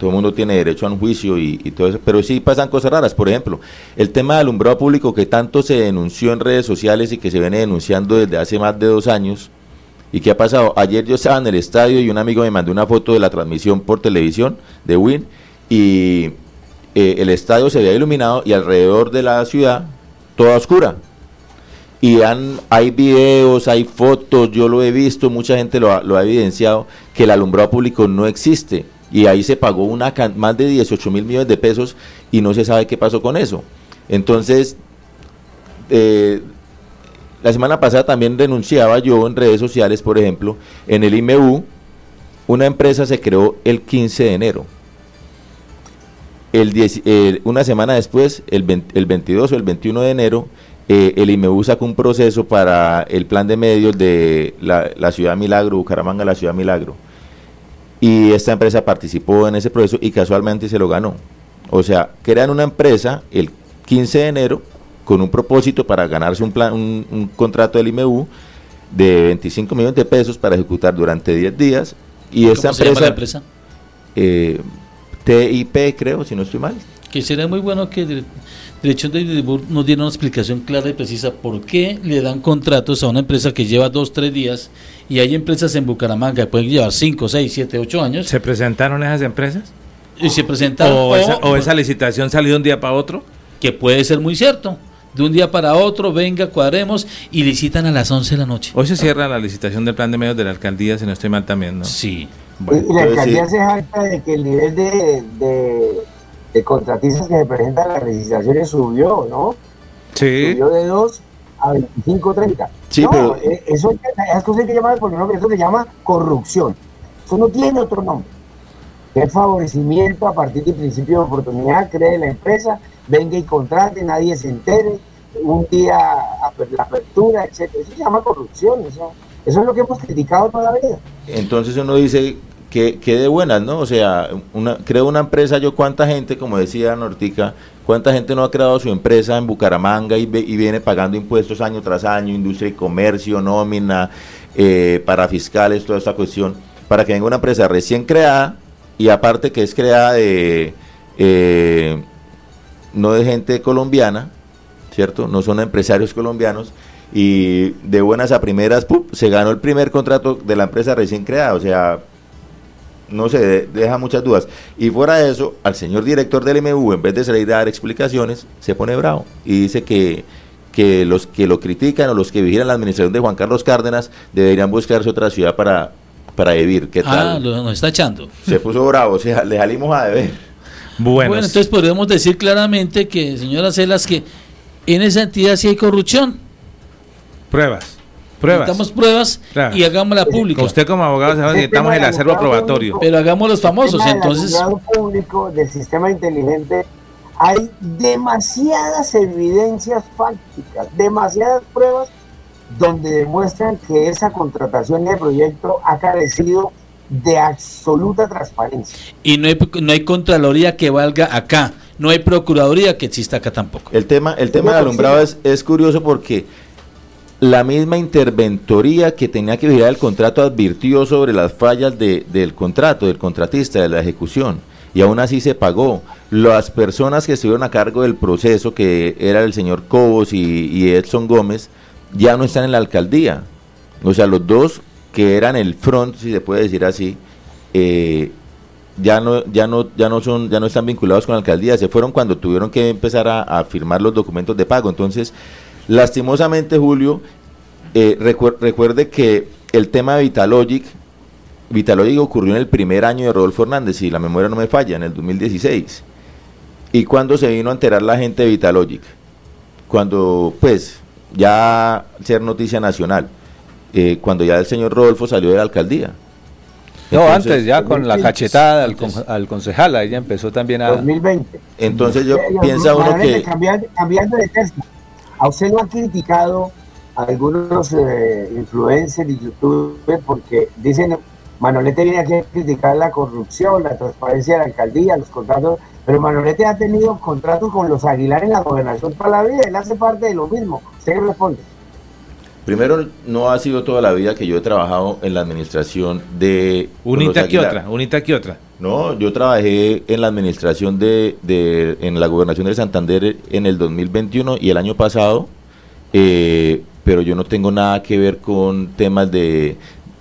todo el mundo tiene derecho a un juicio y, y todo eso, pero sí pasan cosas raras. Por ejemplo, el tema de alumbrado público que tanto se denunció en redes sociales y que se viene denunciando desde hace más de dos años. ¿Y qué ha pasado? Ayer yo estaba en el estadio y un amigo me mandó una foto de la transmisión por televisión de Win y eh, el estadio se había iluminado y alrededor de la ciudad toda oscura. Y han, hay videos, hay fotos, yo lo he visto, mucha gente lo ha, lo ha evidenciado, que el alumbrado público no existe. Y ahí se pagó una más de dieciocho mil millones de pesos y no se sabe qué pasó con eso. Entonces, eh, la semana pasada también denunciaba yo en redes sociales, por ejemplo, en el I M U, una empresa se creó el quince de enero. El diez, eh, una semana después, el, veinte, el veintidós o el veintiuno de enero, eh, el I M U sacó un proceso para el plan de medios de la, la Ciudad Milagro, Bucaramanga, la Ciudad Milagro. Y esta empresa participó en ese proceso y casualmente se lo ganó. O sea, crean una empresa el quince de enero con un propósito para ganarse un, plan, un, un contrato del I M U de veinticinco millones de pesos para ejecutar durante diez días. Y esta ¿Cómo se empresa, llama la empresa? Eh, T I P, creo, si no estoy mal. Que sería muy bueno que la Dirección de Dibur nos diera una explicación clara y precisa por qué le dan contratos a una empresa que lleva dos, tres días y hay empresas en Bucaramanga que pueden llevar cinco, seis, siete, ocho años. ¿Se presentaron esas empresas? Y se presentaron. ¿O, o, esa, o esa licitación salió de un día para otro? Que puede ser muy cierto. De un día para otro, venga, cuadremos y licitan a las once de la noche. Hoy se cierra la licitación del plan de medios de la alcaldía, si no estoy mal también, ¿no? Sí. Bueno, y la alcaldía sí se jacta de que el nivel de, de, de contratistas que se presentan a las licitaciones subió, ¿no? Sí. Subió de dos a veinticinco, treinta. Sí, no, pero... eso, esas cosas hay que llamar por el nombre, eso se llama corrupción. Eso no tiene otro nombre. Es favorecimiento a partir del principio de oportunidad, cree la empresa, venga y contrate, nadie se entere, un día la apertura, etcétera. Eso se llama corrupción, eso, eso es lo que hemos criticado toda la vida. Entonces uno dice que, que de buenas, ¿no? O sea, una, creo una empresa, yo cuánta gente, como decía Nortica, cuánta gente no ha creado su empresa en Bucaramanga y, y viene pagando impuestos año tras año, industria y comercio, nómina, eh, para fiscales, toda esta cuestión, para que venga una empresa recién creada y aparte que es creada de eh, no de gente colombiana, ¿cierto? No son empresarios colombianos y de buenas a primeras ¡pum!, se ganó el primer contrato de la empresa recién creada, o sea, no sé, de, deja muchas dudas. Y fuera de eso, al señor director del I M U, en vez de salir a dar explicaciones, se pone bravo y dice que, que los que lo critican o los que vigilan la administración de Juan Carlos Cárdenas deberían buscarse otra ciudad para, para vivir. ¿Qué tal? Ah, lo, nos está echando. Se puso bravo, o sea, le salimos a deber. Bueno, bueno, entonces podríamos decir claramente que, señora Celas, que en esa entidad sí hay corrupción. Pruebas. Pruebas. Necesitamos pruebas claro. Y hagámosla pública. Usted como abogado sabe, necesitamos el acervo probatorio. Pero hagamos los famosos, entonces. En el público del sistema inteligente hay demasiadas evidencias fácticas, demasiadas pruebas donde demuestran que esa contratación de proyecto ha carecido de absoluta transparencia. Y no hay, no hay Contraloría que valga acá, no hay Procuraduría que exista acá tampoco. El tema, el tema del alumbrado es, es curioso porque la misma interventoría que tenía que vigilar el contrato advirtió sobre las fallas de, del contrato, del contratista, de la ejecución, y aún así se pagó. Las personas que estuvieron a cargo del proceso, que era el señor Cobos y, y Edson Gómez, ya no están en la alcaldía. O sea, los dos que eran el front, si se puede decir así, eh, ya no, ya no, ya no son, ya no están vinculados con la alcaldía, se fueron cuando tuvieron que empezar a, a firmar los documentos de pago. Entonces, lastimosamente, Julio, eh, recuer, recuerde que el tema de Vitalogic, Vitalogic ocurrió en el primer año de Rodolfo Hernández, si la memoria no me falla, en el dos mil dieciséis. ¿Y cuando se vino a enterar la gente de Vitalogic? Cuando, pues, ya ser noticia nacional, eh, cuando ya el señor Rodolfo salió de la alcaldía. No, entonces, antes ya con la cachetada al, con, al concejal, ella empezó también a... dos mil veinte. Entonces yo sí, piensa uno que... Cambiando, cambiando de texto, a usted lo han criticado algunos eh, influencers y youtubers porque dicen, Manolete viene aquí a criticar la corrupción, la transparencia de la alcaldía, los contratos, pero Manolete ha tenido contratos con los Aguilar en la gobernación toda la vida, él hace parte de lo mismo. ¿Usted qué responde? Primero, no ha sido toda la vida que yo he trabajado en la administración de... Unita que otra, unita que otra. No, yo trabajé en la administración de, de en la gobernación de Santander en el dos mil veintiuno y el año pasado, eh, pero yo no tengo nada que ver con temas de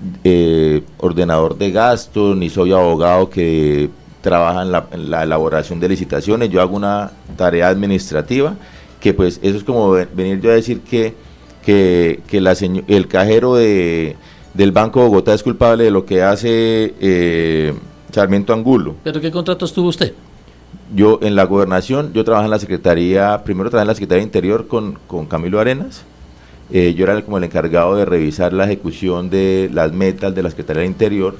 eh, ordenador de gastos, ni soy abogado que trabaja en la, en la elaboración de licitaciones. Yo hago una tarea administrativa, que pues eso es como venir yo a decir que, que, que la seño, el cajero de, del Banco de Bogotá es culpable de lo que hace eh, Sarmiento Angulo. ¿Pero qué contratos tuvo usted? Yo en la gobernación, yo trabajé en la Secretaría, primero trabajé en la Secretaría de Interior con, con Camilo Arenas. Eh, yo era como el encargado de revisar la ejecución de las metas de la Secretaría de Interior,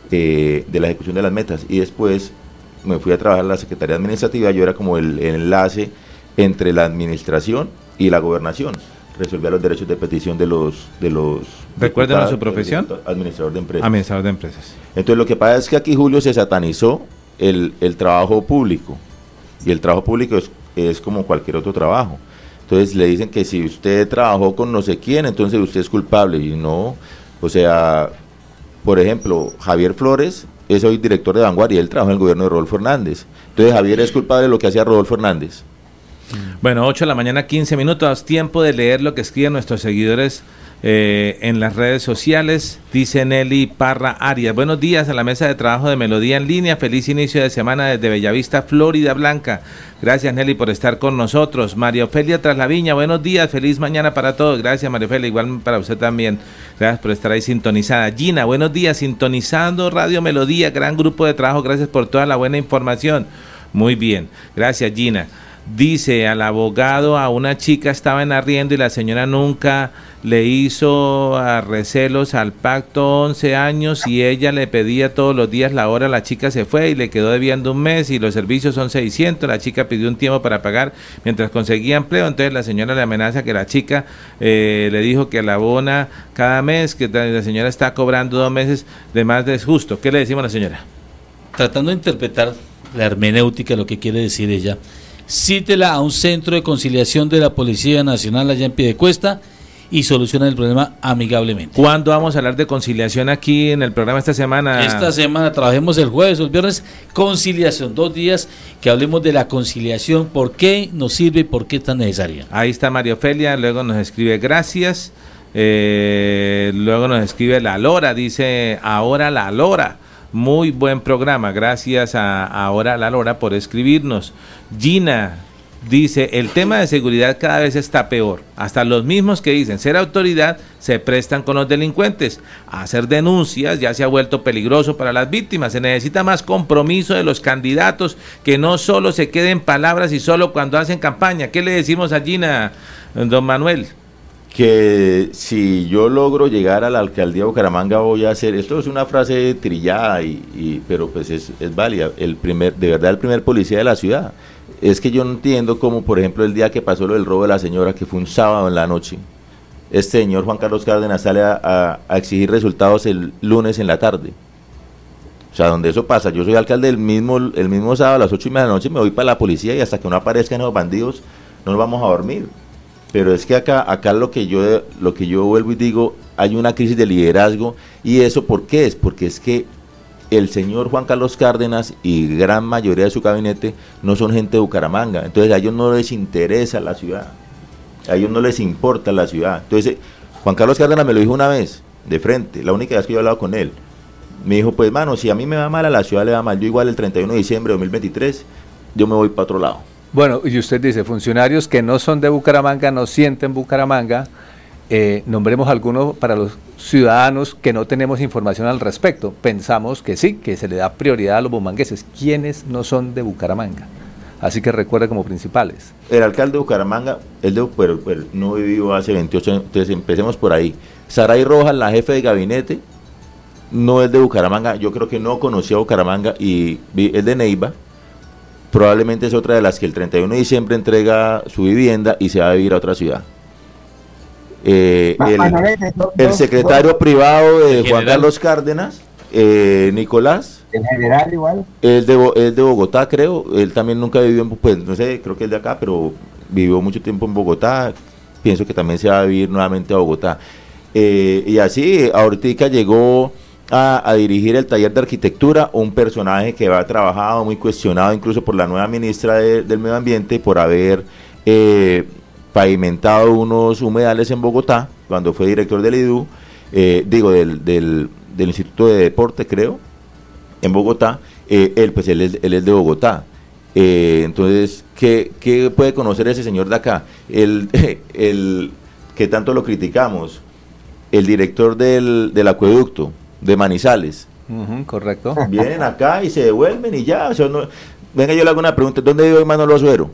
eh, de la ejecución de las metas, y después me fui a trabajar en la Secretaría Administrativa. Yo era como el, el enlace entre la administración y la gobernación, resolvía los derechos de petición de los de los ¿Recuerdan su profesión? Administrador de empresas. Administrador de empresas. Entonces lo que pasa es que aquí, Julio, se satanizó el, el trabajo público, y el trabajo público es, es como cualquier otro trabajo. Entonces le dicen que si usted trabajó con no sé quién, entonces usted es culpable, y no. O sea, por ejemplo, Javier Flores es hoy director de Vanguardia, él trabajó en el gobierno de Rodolfo Hernández. Entonces Javier es culpable de lo que hacía Rodolfo Hernández. Bueno, ocho de la mañana, quince minutos, tiempo de leer lo que escriben nuestros seguidores eh, en las redes sociales. Dice Nelly Parra Arias: buenos días a la mesa de trabajo de Melodía en Línea, feliz inicio de semana desde Bellavista, Florida Blanca. Gracias, Nelly, por estar con nosotros. María Ofelia Traslaviña: buenos días, feliz mañana para todos. Gracias, María Ofelia, igual para usted también. Gracias por estar ahí sintonizada. Gina: buenos días, sintonizando Radio Melodía, gran grupo de trabajo, gracias por toda la buena información. Muy bien, gracias, Gina. Dice: al abogado, a una chica estaba en arriendo y la señora nunca le hizo a recelos al pacto, once años, y ella le pedía todos los días la hora. La chica se fue y le quedó debiendo un mes y los servicios son seiscientos. La chica pidió un tiempo para pagar mientras conseguía empleo. Entonces la señora le amenaza que la chica eh, le dijo que la abona cada mes, que la señora está cobrando dos meses de más de justo. ¿Qué le decimos a la señora? Tratando de interpretar la hermenéutica, lo que quiere decir ella, cítela a un centro de conciliación de la Policía Nacional allá en Piedecuesta y soluciona el problema amigablemente. ¿Cuándo vamos a hablar de conciliación aquí en el programa esta semana? Esta semana trabajemos el jueves o el viernes, conciliación, dos días que hablemos de la conciliación, por qué nos sirve y por qué es tan necesaria. Ahí está María Ofelia, luego nos escribe gracias, eh, luego nos escribe La Lora, dice ahora La Lora. Muy buen programa, gracias a Ahora La Lora por escribirnos. Gina dice: el tema de seguridad cada vez está peor. Hasta los mismos que dicen ser autoridad se prestan con los delincuentes. Hacer denuncias ya se ha vuelto peligroso para las víctimas. Se necesita más compromiso de los candidatos, que no solo se queden palabras y solo cuando hacen campaña. ¿Qué le decimos a Gina, don Manuel? Que si yo logro llegar a la alcaldía de Bucaramanga voy a hacer, esto es una frase trillada, y, y pero pues es, es válida, el primer, de verdad el primer policía de la ciudad. Es que yo no entiendo cómo, por ejemplo, el día que pasó lo del robo de la señora, que fue un sábado en la noche, este señor Juan Carlos Cárdenas sale a, a, a exigir resultados el lunes en la tarde. O sea, donde eso pasa, yo soy alcalde el mismo, el mismo sábado a las ocho y media de la noche, me voy para la policía y hasta que no aparezcan esos bandidos no nos vamos a dormir. Pero es que acá, acá lo que yo, lo que yo vuelvo y digo, hay una crisis de liderazgo. ¿Y eso por qué es? Porque es que el señor Juan Carlos Cárdenas y gran mayoría de su gabinete no son gente de Bucaramanga. Entonces a ellos no les interesa la ciudad, a ellos no les importa la ciudad. Entonces Juan Carlos Cárdenas me lo dijo una vez, de frente, la única vez que yo he hablado con él. Me dijo: pues mano, si a mí me va mal, a la ciudad le va mal. Yo igual el treinta y uno de diciembre de dos mil veintitrés, yo me voy para otro lado. Bueno, y usted dice, funcionarios que no son de Bucaramanga, no sienten Bucaramanga, eh, nombremos algunos para los ciudadanos que no tenemos información al respecto. Pensamos que sí, que se le da prioridad a los bumangueses. ¿Quiénes no son de Bucaramanga? Así que recuerde como principales. El alcalde de Bucaramanga, él de, pero, pero no vivió hace veintiocho años, entonces empecemos por ahí. Saray Rojas, la jefe de gabinete, no es de Bucaramanga, yo creo que no conocía Bucaramanga y es de Neiva. Probablemente es otra de las que el treinta y uno de diciembre entrega su vivienda y se va a vivir a otra ciudad. Eh, el, el secretario privado de Juan Carlos Cárdenas, eh, Nicolás. El general igual. Es de, es de Bogotá, creo. Él también nunca vivió en, pues no sé, creo que es de acá, pero vivió mucho tiempo en Bogotá. Pienso que también se va a vivir nuevamente a Bogotá. Eh, y así, ahorita llegó a, a dirigir el taller de arquitectura, un personaje que va trabajado, muy cuestionado incluso por la nueva ministra de, del Medio Ambiente por haber eh, pavimentado unos humedales en Bogotá, cuando fue director del I D U, eh, digo, del, del, del Instituto de Deporte, creo, en Bogotá. eh, él, pues él es, él es de Bogotá. Eh, entonces, ¿qué, ¿qué puede conocer ese señor de acá? El, el que tanto lo criticamos, el director del, del acueducto de Manizales. Uh-huh, correcto. Vienen acá y se devuelven y ya. O sea, no, venga, yo le hago una pregunta. ¿Dónde vive hoy Manolo Azuero?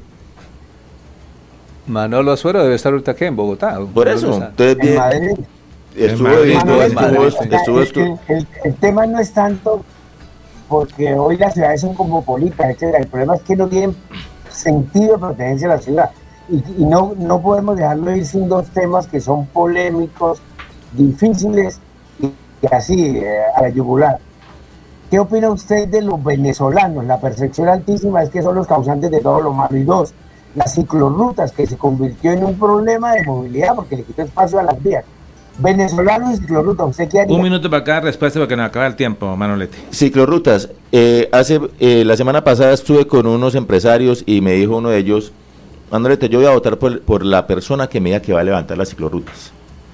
Manolo Azuero debe estar ahorita aquí en Bogotá. Por eso. Entonces, bien, estuvo, Madrid, estuvo, estuvo, Madrid. estuvo, estuvo, estuvo, El, el- el tema no es tanto porque hoy las ciudades son cosmopolitas, etcétera. El problema es que no tienen sentido de pertenencia a la ciudad. Y, y no, no podemos dejarlo ir sin dos temas que son polémicos, difíciles y, y así, eh, a la yugular. ¿Qué opina usted de los venezolanos? La percepción altísima es que son los causantes de todo lo malo. Y dos, las ciclorrutas, que se convirtió en un problema de movilidad porque le quitó espacio a las vías. Venezolanos y ciclorrutas, ¿usted qué haría? Un minuto para cada respuesta porque nos acaba el tiempo, Manolete. Ciclorrutas. Eh, hace eh, la semana pasada estuve con unos empresarios y me dijo uno de ellos, Manolete, yo voy a votar por, por la persona que me diga que va a levantar las ciclorrutas.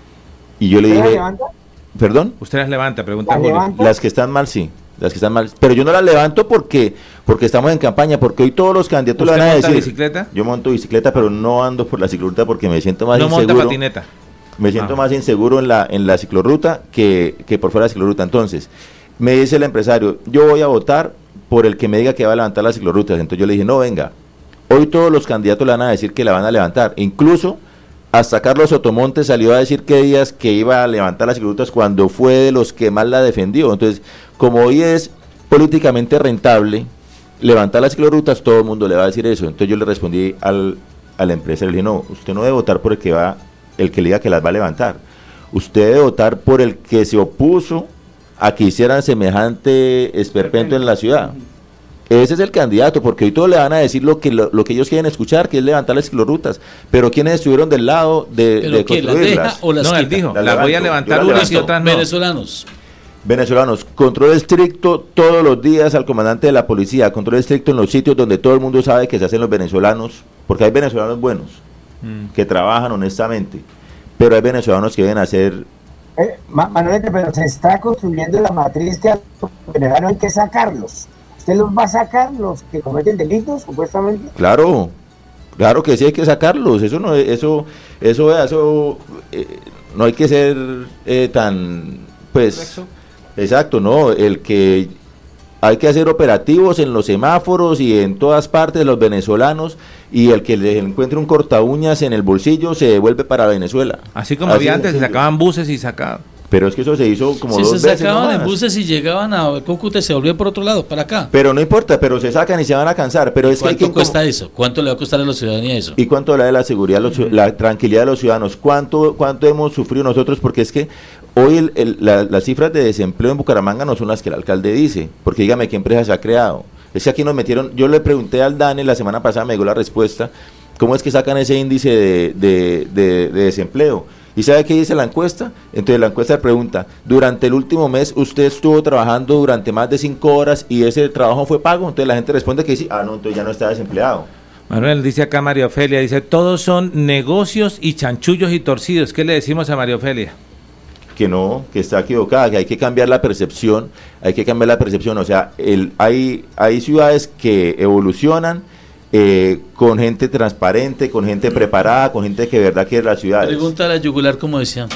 Y yo le ¿Usted las dije, levanta? ¿perdón? Usted las levanta, pregunta ¿Las Julio. levanta? Las que están mal, sí. Las que están mal. Pero yo no las levanto porque porque estamos en campaña, porque hoy todos los candidatos le ¿Usted van a monta decir. bicicleta? Yo monto bicicleta, pero no ando por la ciclorruta porque me siento más No monta inseguro. patineta. Me siento Ah. más inseguro en la en la ciclorruta que, que por fuera de la ciclorruta. Entonces, me dice el empresario, yo voy a votar por el que me diga que va a levantar las ciclorrutas. Entonces yo le dije, no, venga, hoy todos los candidatos le van a decir que la van a levantar. Incluso hasta Carlos Sotomonte salió a decir que días que iba a levantar las ciclorrutas cuando fue de los que más la defendió. Entonces, como hoy es políticamente rentable levantar las ciclorrutas, todo el mundo le va a decir eso. Entonces yo le respondí al, al empresario, le dije, no, usted no debe votar por el que va, el que le diga que las va a levantar. Usted debe votar por el que se opuso a que hicieran semejante esperpento en la ciudad. Ese es el candidato, porque hoy todos le van a decir lo que lo, lo que ellos quieren escuchar, que es levantar las ciclorrutas. Pero ¿quiénes estuvieron del lado de, ¿Pero de qué, las deja construirlas? o las No, él quita? dijo, Las las voy a levanto, levantar yo las unas y levanto. otras no. Venezolanos. Venezolanos, control estricto todos los días al comandante de la policía, control estricto en los sitios donde todo el mundo sabe que se hacen los venezolanos, porque hay venezolanos buenos, Mm. que trabajan honestamente, pero hay venezolanos que deben hacer. Eh, Ma- Manolete, pero se está construyendo la matriz que a los venezolanos hay que sacarlos. ¿Usted los va a sacar, los que cometen delitos, supuestamente? Claro, claro que sí hay que sacarlos, eso no, eso, eso, eso, eh, no hay que ser eh, tan, pues, exacto, no, el que hay que hacer operativos en los semáforos y en todas partes de los venezolanos, y el que les encuentre un corta uñas en el bolsillo se devuelve para Venezuela. Así como Así había de antes, se sencillo. sacaban buses y sacaban. Pero es que eso se hizo como Si dos se veces sacaban en nomás. buses y llegaban a Cúcuta, se volvían por otro lado, para acá. Pero no importa, pero se sacan y se van a cansar. Pero es que hay ¿Cuánto que cuesta eso? ¿Cuánto le va a costar a la ciudadanía eso? ¿Y cuánto habla de la seguridad, los ciu- la tranquilidad de los ciudadanos? ¿Cuánto, cuánto hemos sufrido nosotros? Porque es que hoy el- el- la- las cifras de desempleo en Bucaramanga no son las que el alcalde dice. Porque dígame qué empresa se ha creado. Es que aquí nos metieron, yo le pregunté al DANE la semana pasada, me dio la respuesta, ¿cómo es que sacan ese índice de, de- de- de desempleo? ¿Y sabe qué dice la encuesta? Entonces la encuesta pregunta, durante el último mes usted estuvo trabajando durante más de cinco horas y ese trabajo fue pago. Entonces la gente responde que sí, ah no, entonces ya no está desempleado. Manuel, dice acá María Ofelia, dice, todos son negocios y chanchullos y torcidos. ¿Qué le decimos a María Ofelia? Que no, que está equivocada, que hay que cambiar la percepción, hay que cambiar la percepción, o sea, el, hay, hay ciudades que evolucionan eh, con gente transparente, con gente preparada, con gente que de verdad quiere las ciudades. Pregunta a la yugular, como decía,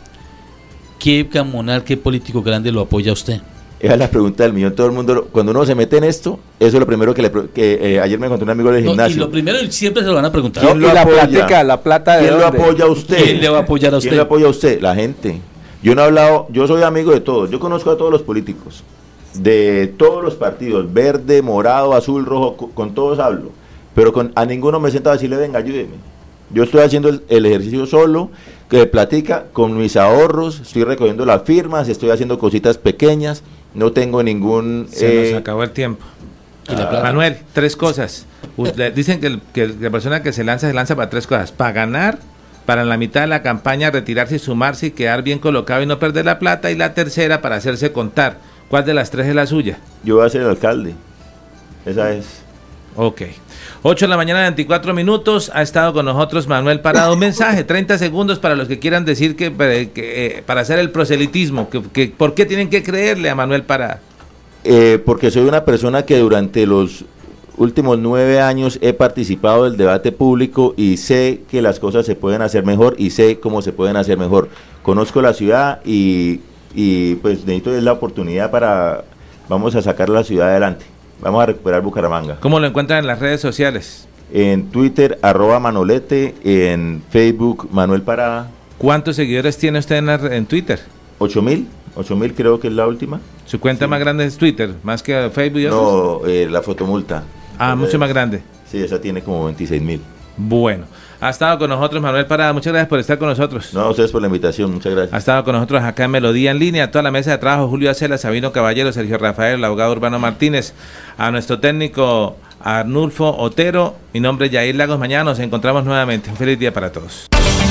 ¿qué comunal, qué político grande lo apoya a usted? Esa es la pregunta del millón, todo el mundo, lo- cuando uno se mete en esto, eso es lo primero que, le, pre- que eh, ayer me encontré un amigo del No, y gimnasio. lo primero, y siempre se lo van a preguntar. ¿Quién lo y la apoya? plática, la plata de ¿Quién lo dónde? apoya a usted? ¿Quién le va a apoyar a usted? ¿Quién lo apoya a usted? La gente. Yo no he hablado, yo soy amigo de todos, yo conozco a todos los políticos, de todos los partidos, verde, morado, azul, rojo, co- con todos hablo, pero con a ninguno me he sentado a decirle, venga, ayúdeme. Yo estoy haciendo el, el ejercicio solo, que platica con mis ahorros, estoy recogiendo las firmas, estoy haciendo cositas pequeñas, no tengo ningún... Se eh, nos acabó el tiempo. ¿Y la plata? Manuel, tres cosas. Usted- dicen que, el- que la persona que se lanza, se lanza para tres cosas. Para ganar, para en la mitad de la campaña retirarse y sumarse y quedar bien colocado y no perder la plata, y la tercera para hacerse contar. ¿Cuál de las tres es la suya? Yo voy a ser el alcalde. Esa es. Ok. ocho de la mañana, veinticuatro minutos. Ha estado con nosotros Manuel Parada. Un mensaje, treinta segundos para los que quieran decir que, que eh, para hacer el proselitismo, que, que ¿por qué tienen que creerle a Manuel Parada? Eh, porque soy una persona que durante los últimos nueve años he participado del debate público y sé que las cosas se pueden hacer mejor y sé cómo se pueden hacer mejor. Conozco la ciudad y, y pues necesito la oportunidad para, vamos a sacar la ciudad adelante. Vamos a recuperar Bucaramanga. ¿Cómo lo encuentran en las redes sociales? En Twitter, arroba Manolete, en Facebook, Manuel Parada. ¿Cuántos seguidores tiene usted en, la, en Twitter? Ocho mil, ocho mil creo que es la última. ¿Su cuenta sí. más grande es Twitter, más que Facebook y otros? No, eh, la fotomulta. Ah, eh, mucho más grande. Sí, esa tiene como veintiséis mil. Bueno, ha estado con nosotros Manuel Parada, muchas gracias por estar con nosotros. No, a ustedes por la invitación, muchas gracias. Ha estado con nosotros acá en Melodía en Línea, toda la mesa de trabajo, Julio Acela, Sabino Caballero, Sergio Rafael, el abogado Urbano Martínez, a nuestro técnico Arnulfo Otero, mi nombre es Yair Lagos, mañana nos encontramos nuevamente, un feliz día para todos.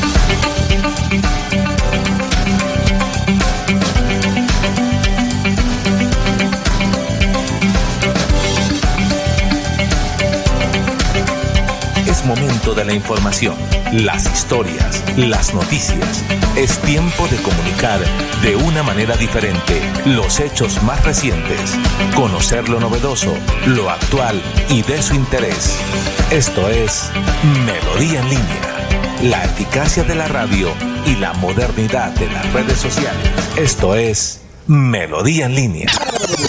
Momento de la información, las historias, las noticias. Es tiempo de comunicar de una manera diferente los hechos más recientes, conocer lo novedoso, lo actual y de su interés. Esto es Melodía en Línea, la eficacia de la radio y la modernidad de las redes sociales. Esto es Melodía en Línea.